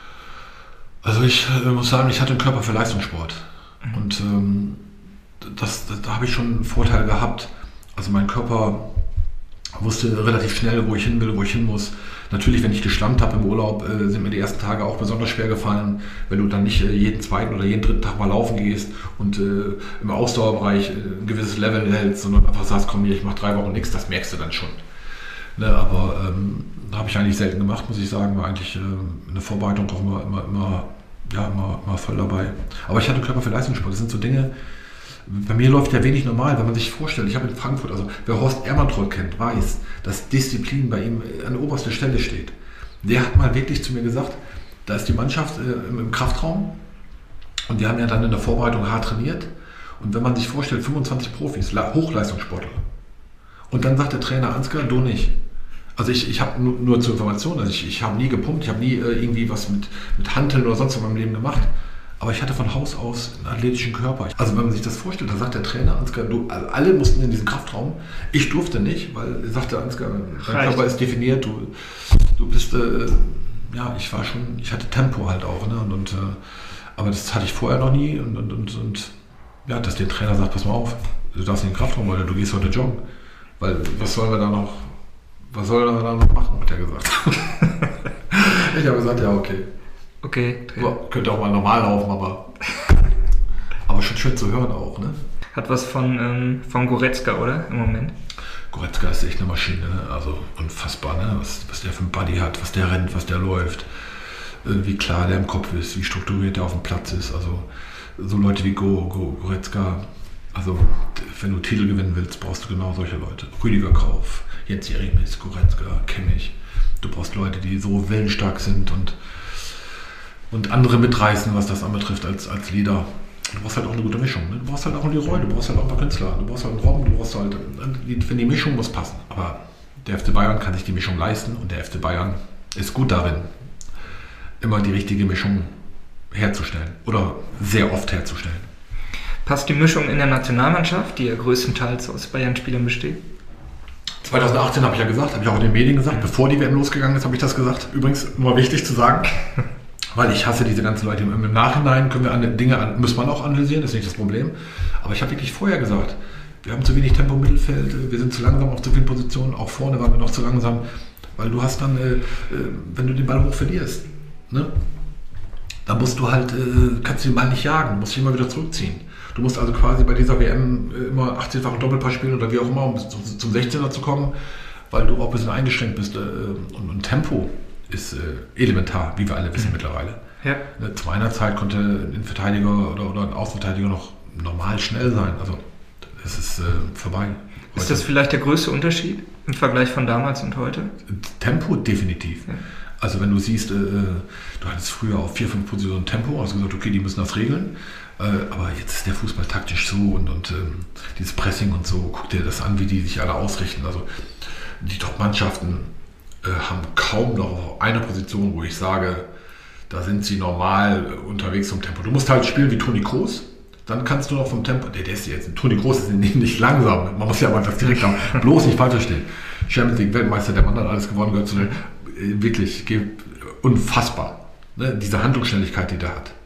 Also ich äh, muss sagen, ich hatte einen Körper für Leistungssport. Mhm. Und ähm, das, das, da habe ich schon einen Vorteil gehabt. Also mein Körper wusste relativ schnell, wo ich hin will, wo ich hin muss. Natürlich, wenn ich geschlampt habe im Urlaub, äh, sind mir die ersten Tage auch besonders schwer gefallen, wenn du dann nicht äh, jeden zweiten oder jeden dritten Tag mal laufen gehst und äh, im Ausdauerbereich äh, ein gewisses Level hältst, sondern einfach sagst, komm hier, ich mache drei Wochen nichts, das merkst du dann schon. Ne, aber ähm, habe ich eigentlich selten gemacht, muss ich sagen, war eigentlich äh, in der Vorbereitung auch immer, immer, immer, ja, immer, immer voll dabei. Aber ich hatte Körper für Leistungssport, das sind so Dinge, bei mir läuft ja wenig normal, wenn man sich vorstellt, ich habe in Frankfurt, also wer Horst Ermertraut kennt, weiß, dass Disziplin bei ihm an oberster Stelle steht. Der hat mal wirklich zu mir gesagt, da ist die Mannschaft äh, im, im Kraftraum und die haben ja dann in der Vorbereitung hart trainiert, und wenn man sich vorstellt, fünfundzwanzig Profis, Hochleistungssportler, und dann sagt der Trainer, Ansgar, du nicht. Also ich, ich habe nur, nur zur Information, also ich, ich habe nie gepumpt, ich habe nie äh, irgendwie was mit, mit Hanteln oder sonst was in meinem Leben gemacht. Aber ich hatte von Haus aus einen athletischen Körper. Also wenn man sich das vorstellt, da sagt der Trainer, Ansgar, du, alle mussten in diesen Kraftraum. Ich durfte nicht, weil, sagte Ansgar, dein Körper ist definiert, du, du bist, äh, ja, ich war schon, ich hatte Tempo halt auch. Ne? Und, und, äh, aber das hatte ich vorher noch nie. Und, und, und, und ja, dass der Trainer sagt, pass mal auf, du darfst in den Kraftraum, weil du gehst heute joggen. Weil, was sollen wir da noch, was soll er da noch machen, hat er gesagt. Ich habe gesagt, ja, okay. Okay. Ja, könnte auch mal normal laufen, aber, aber schon schön zu hören auch, ne? Hat was von, ähm, von Goretzka, oder? Im Moment. Goretzka ist echt eine Maschine, ne? Also unfassbar, ne? Was, was der für ein Buddy hat, was der rennt, was der läuft, äh, wie klar der im Kopf ist, wie strukturiert der auf dem Platz ist. Also so Leute wie Go, Go, Goretzka, also wenn du Titel gewinnen willst, brauchst du genau solche Leute. Rüdiger Kauf, Jens Jeremies, Goretzka, Kimmich. Du brauchst Leute, die so willensstark sind und und andere mitreißen, was das anbetrifft, als, als Leader. Du brauchst halt auch eine gute Mischung. Ne? Du brauchst halt auch einen Leroy, du brauchst halt auch ein paar Künstler, du brauchst halt einen Robben, du brauchst halt, wenn die Mischung muss passen. Aber der F C Bayern kann sich die Mischung leisten, und der F C Bayern ist gut darin, immer die richtige Mischung herzustellen oder sehr oft herzustellen. Passt die Mischung in der Nationalmannschaft, die ja größtenteils aus Bayern-Spielern besteht? zwanzig achtzehn habe ich ja gesagt, habe ich auch in den Medien gesagt, bevor die W M losgegangen ist, habe ich das gesagt. Übrigens, immer wichtig zu sagen. Weil ich hasse diese ganzen Leute. Im Nachhinein können wir Dinge, an, muss man auch analysieren, das ist nicht das Problem. Aber ich habe wirklich vorher gesagt, wir haben zu wenig Tempo im Mittelfeld, wir sind zu langsam auf zu vielen Positionen, auch vorne waren wir noch zu langsam. Weil du hast dann, äh, wenn du den Ball hoch verlierst, ne, dann musst du halt, äh, kannst du den Ball nicht jagen, du musst dich immer wieder zurückziehen. Du musst also quasi bei dieser W M äh, immer achtzehnfachen Doppelpass spielen oder wie auch immer, um zum, zum sechzehner zu kommen, weil du auch ein bisschen eingeschränkt bist. Äh, und, und Tempo ist äh, elementar, wie wir alle wissen mhm. mittlerweile. Ja. Zu meiner Zeit konnte ein Verteidiger oder, oder ein Außenverteidiger noch normal schnell sein. Also es ist äh, vorbei. Heute. Ist das vielleicht der größte Unterschied im Vergleich von damals und heute? Tempo definitiv. Ja. Also wenn du siehst, äh, du hattest früher auf vier, fünf Positionen Tempo, hast gesagt, okay, die müssen das regeln. Äh, aber jetzt ist der Fußball taktisch so und, und ähm, dieses Pressing und so, guck dir das an, wie die sich alle ausrichten. Also die Top-Mannschaften haben kaum noch eine Position, wo ich sage, da sind sie normal unterwegs vom Tempo. Du musst halt spielen wie Toni Kroos, dann kannst du noch vom Tempo, der, der ist jetzt, Toni Kroos ist nicht, nicht langsam, man muss ja mal das direkt haben, bloß nicht falsch verstehen. Champions League Weltmeister, der Mann hat alles gewonnen, gehört zu den, wirklich unfassbar, ne? Diese Handlungsschnelligkeit, die der hat.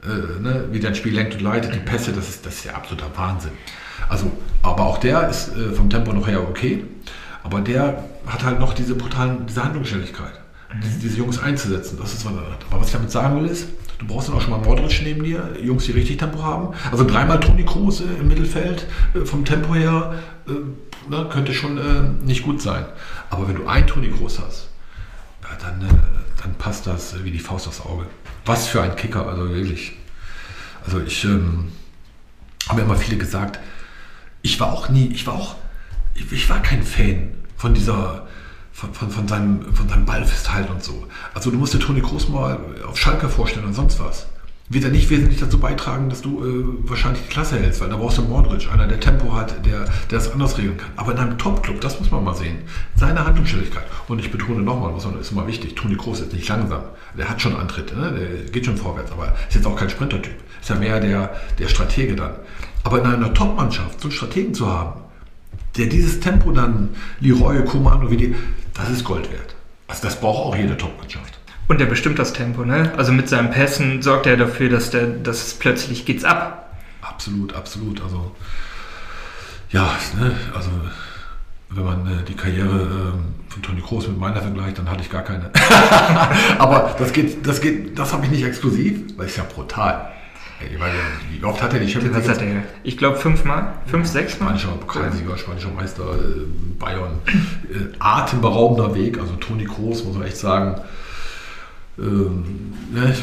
äh, ne, wie der ein Spiel lenkt und leitet, die Pässe, das ist, das ist ja absoluter Wahnsinn. Also, aber auch der ist äh, vom Tempo noch her okay, aber der hat halt noch diese brutalen, diese Handlungsschnelligkeit, mhm. diese, diese Jungs einzusetzen, das ist was er hat. Aber was ich damit sagen will ist, du brauchst dann auch schon mal Modric neben dir, Jungs, die richtig Tempo haben. Also dreimal Toni Kroos im Mittelfeld, äh, vom Tempo her, äh, na, könnte schon äh, nicht gut sein. Aber wenn du einen Toni Kroos hast, ja, dann, äh, dann passt das äh, wie die Faust aufs Auge. Was für ein Kicker, also wirklich. Also ich ähm, habe ja immer viele gesagt, ich war auch nie, ich war auch, ich, ich war kein Fan von dieser, von, von, von, seinem, von seinem Ballfesthalten und so. Also du musst dir Toni Kroos mal auf Schalke vorstellen oder sonst was. Wird er nicht wesentlich dazu beitragen, dass du äh, wahrscheinlich die Klasse hältst, weil da brauchst du Modric, einer, der Tempo hat, der, der das anders regeln kann. Aber in einem Top-Club, das muss man mal sehen, seine Handlungsschnelligkeit. Und ich betone nochmal, das ist immer wichtig, Toni Kroos ist nicht langsam. Der hat schon Antritte, ne? Der geht schon vorwärts, aber ist jetzt auch kein Sprintertyp. Ist ja mehr der, der Stratege dann. Aber in einer Top-Mannschaft so einen Strategen zu haben, der dieses Tempo dann, Leroy, Coman, wie die, das ist Gold wert. Also das braucht auch jede Top-Mannschaft. Und der bestimmt das Tempo, ne? Also mit seinen Pässen sorgt er dafür, dass der, dass es plötzlich geht's ab. Absolut, absolut. Also ja, ne? Also wenn man äh, die Karriere äh, von Toni Kroos mit meiner vergleicht, dann hatte ich gar keine. Aber das geht, das geht, das habe ich nicht exklusiv, weil es ja brutal. Ich meine, wie oft hat er die Champions League? Was hat er? Ich glaube fünfmal, fünf, sechs Mal. Spanischer Pokalsieger, spanischer Meister, äh, Bayern. Äh, atemberaubender Weg, also Toni Kroos, muss man echt sagen. Ähm, ne,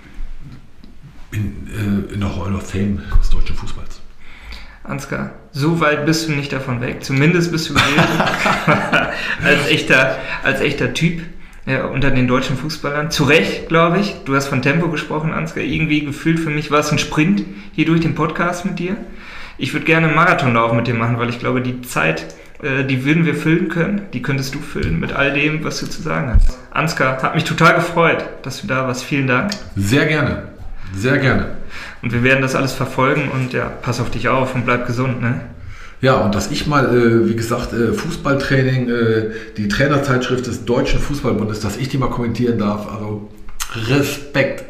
in, äh, in der Hall of Fame des deutschen Fußballs. Ansgar, so weit bist du nicht davon weg. Zumindest bist du als, echter, als echter Typ ja, unter den deutschen Fußballern. Zu Recht, glaube ich. Du hast von Tempo gesprochen, Ansgar. Irgendwie gefühlt für mich war es ein Sprint hier durch den Podcast mit dir. Ich würde gerne einen Marathonlauf mit dir machen, weil ich glaube, die Zeit, äh, die würden wir füllen können. Die könntest du füllen mit all dem, was du zu sagen hast. Ansgar, hat mich total gefreut, dass du da warst. Vielen Dank. Sehr gerne. Sehr gerne. Und wir werden das alles verfolgen und ja, pass auf dich auf und bleib gesund, ne? Ja, und dass ich mal, äh, wie gesagt, äh, Fußballtraining, äh, die Trainerzeitschrift des Deutschen Fußballbundes, dass ich die mal kommentieren darf, also Respekt.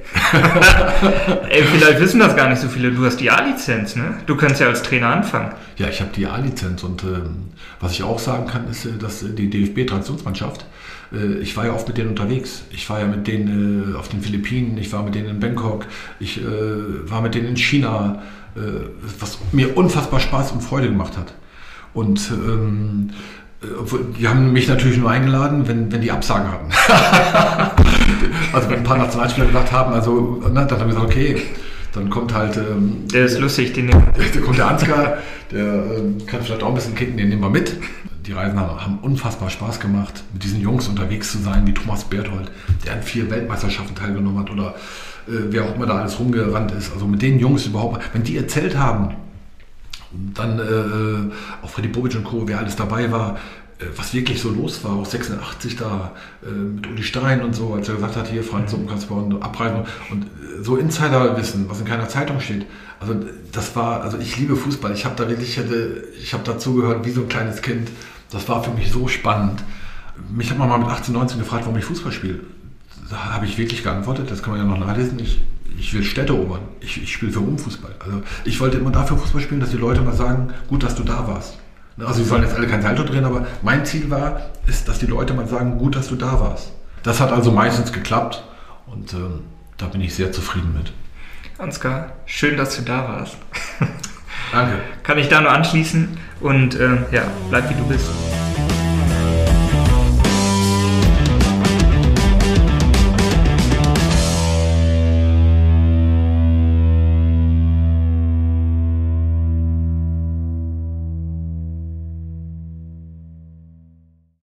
Ey, vielleicht wissen das gar nicht so viele, du hast die A-Lizenz, ne? Du kannst ja als Trainer anfangen. Ja, ich habe die A-Lizenz und ähm, was ich auch sagen kann, ist, dass die D F B-Traditionsmannschaft, äh, ich war ja oft mit denen unterwegs. Ich war ja mit denen äh, auf den Philippinen, ich war mit denen in Bangkok, ich äh, war mit denen in China, äh, was mir unfassbar Spaß und Freude gemacht hat. Und ähm, die haben mich natürlich nur eingeladen, wenn, wenn die Absagen hatten. Also wenn ein paar Nationalspieler gesagt haben, also na, dann haben wir gesagt, okay, dann kommt halt... Ähm, der ist lustig, den nehmen wir. Da kommt der Ansgar, der ähm, kann vielleicht auch ein bisschen kicken, den nehmen wir mit. Die Reisen haben, haben unfassbar Spaß gemacht, mit diesen Jungs unterwegs zu sein, wie Thomas Berthold, der an vier Weltmeisterschaften teilgenommen hat oder äh, wer auch immer da alles rumgerannt ist. Also mit den Jungs überhaupt, wenn die erzählt haben, dann äh, auch Freddy Bobic und Co., wer alles dabei war, äh, was wirklich so los war, auch sechsundachtzig da äh, mit Uli Stein und so, als er gesagt hat, hier Franz Suppenkasper und Abreisen und äh, so Insiderwissen, was in keiner Zeitung steht. Also das war, also ich liebe Fußball, ich habe da wirklich, ich habe dazugehört wie so ein kleines Kind, das war für mich so spannend. Mich hat man mal mit achtzehn, neunzehn gefragt, warum ich Fußball spiele. Da habe ich wirklich geantwortet, das kann man ja noch nachlesen, ich Ich will Städte erobern. Ich, ich spiele für Ruhm-Fußball. Also ich wollte immer dafür Fußball spielen, dass die Leute mal sagen, gut, dass du da warst. Also sie sollen jetzt alle kein Salto drehen, aber mein Ziel war, ist, dass die Leute mal sagen, gut, dass du da warst. Das hat also meistens geklappt und ähm, da bin ich sehr zufrieden mit. Ansgar, schön, dass du da warst. Danke. Kann ich da nur anschließen und äh, ja, bleib wie du bist.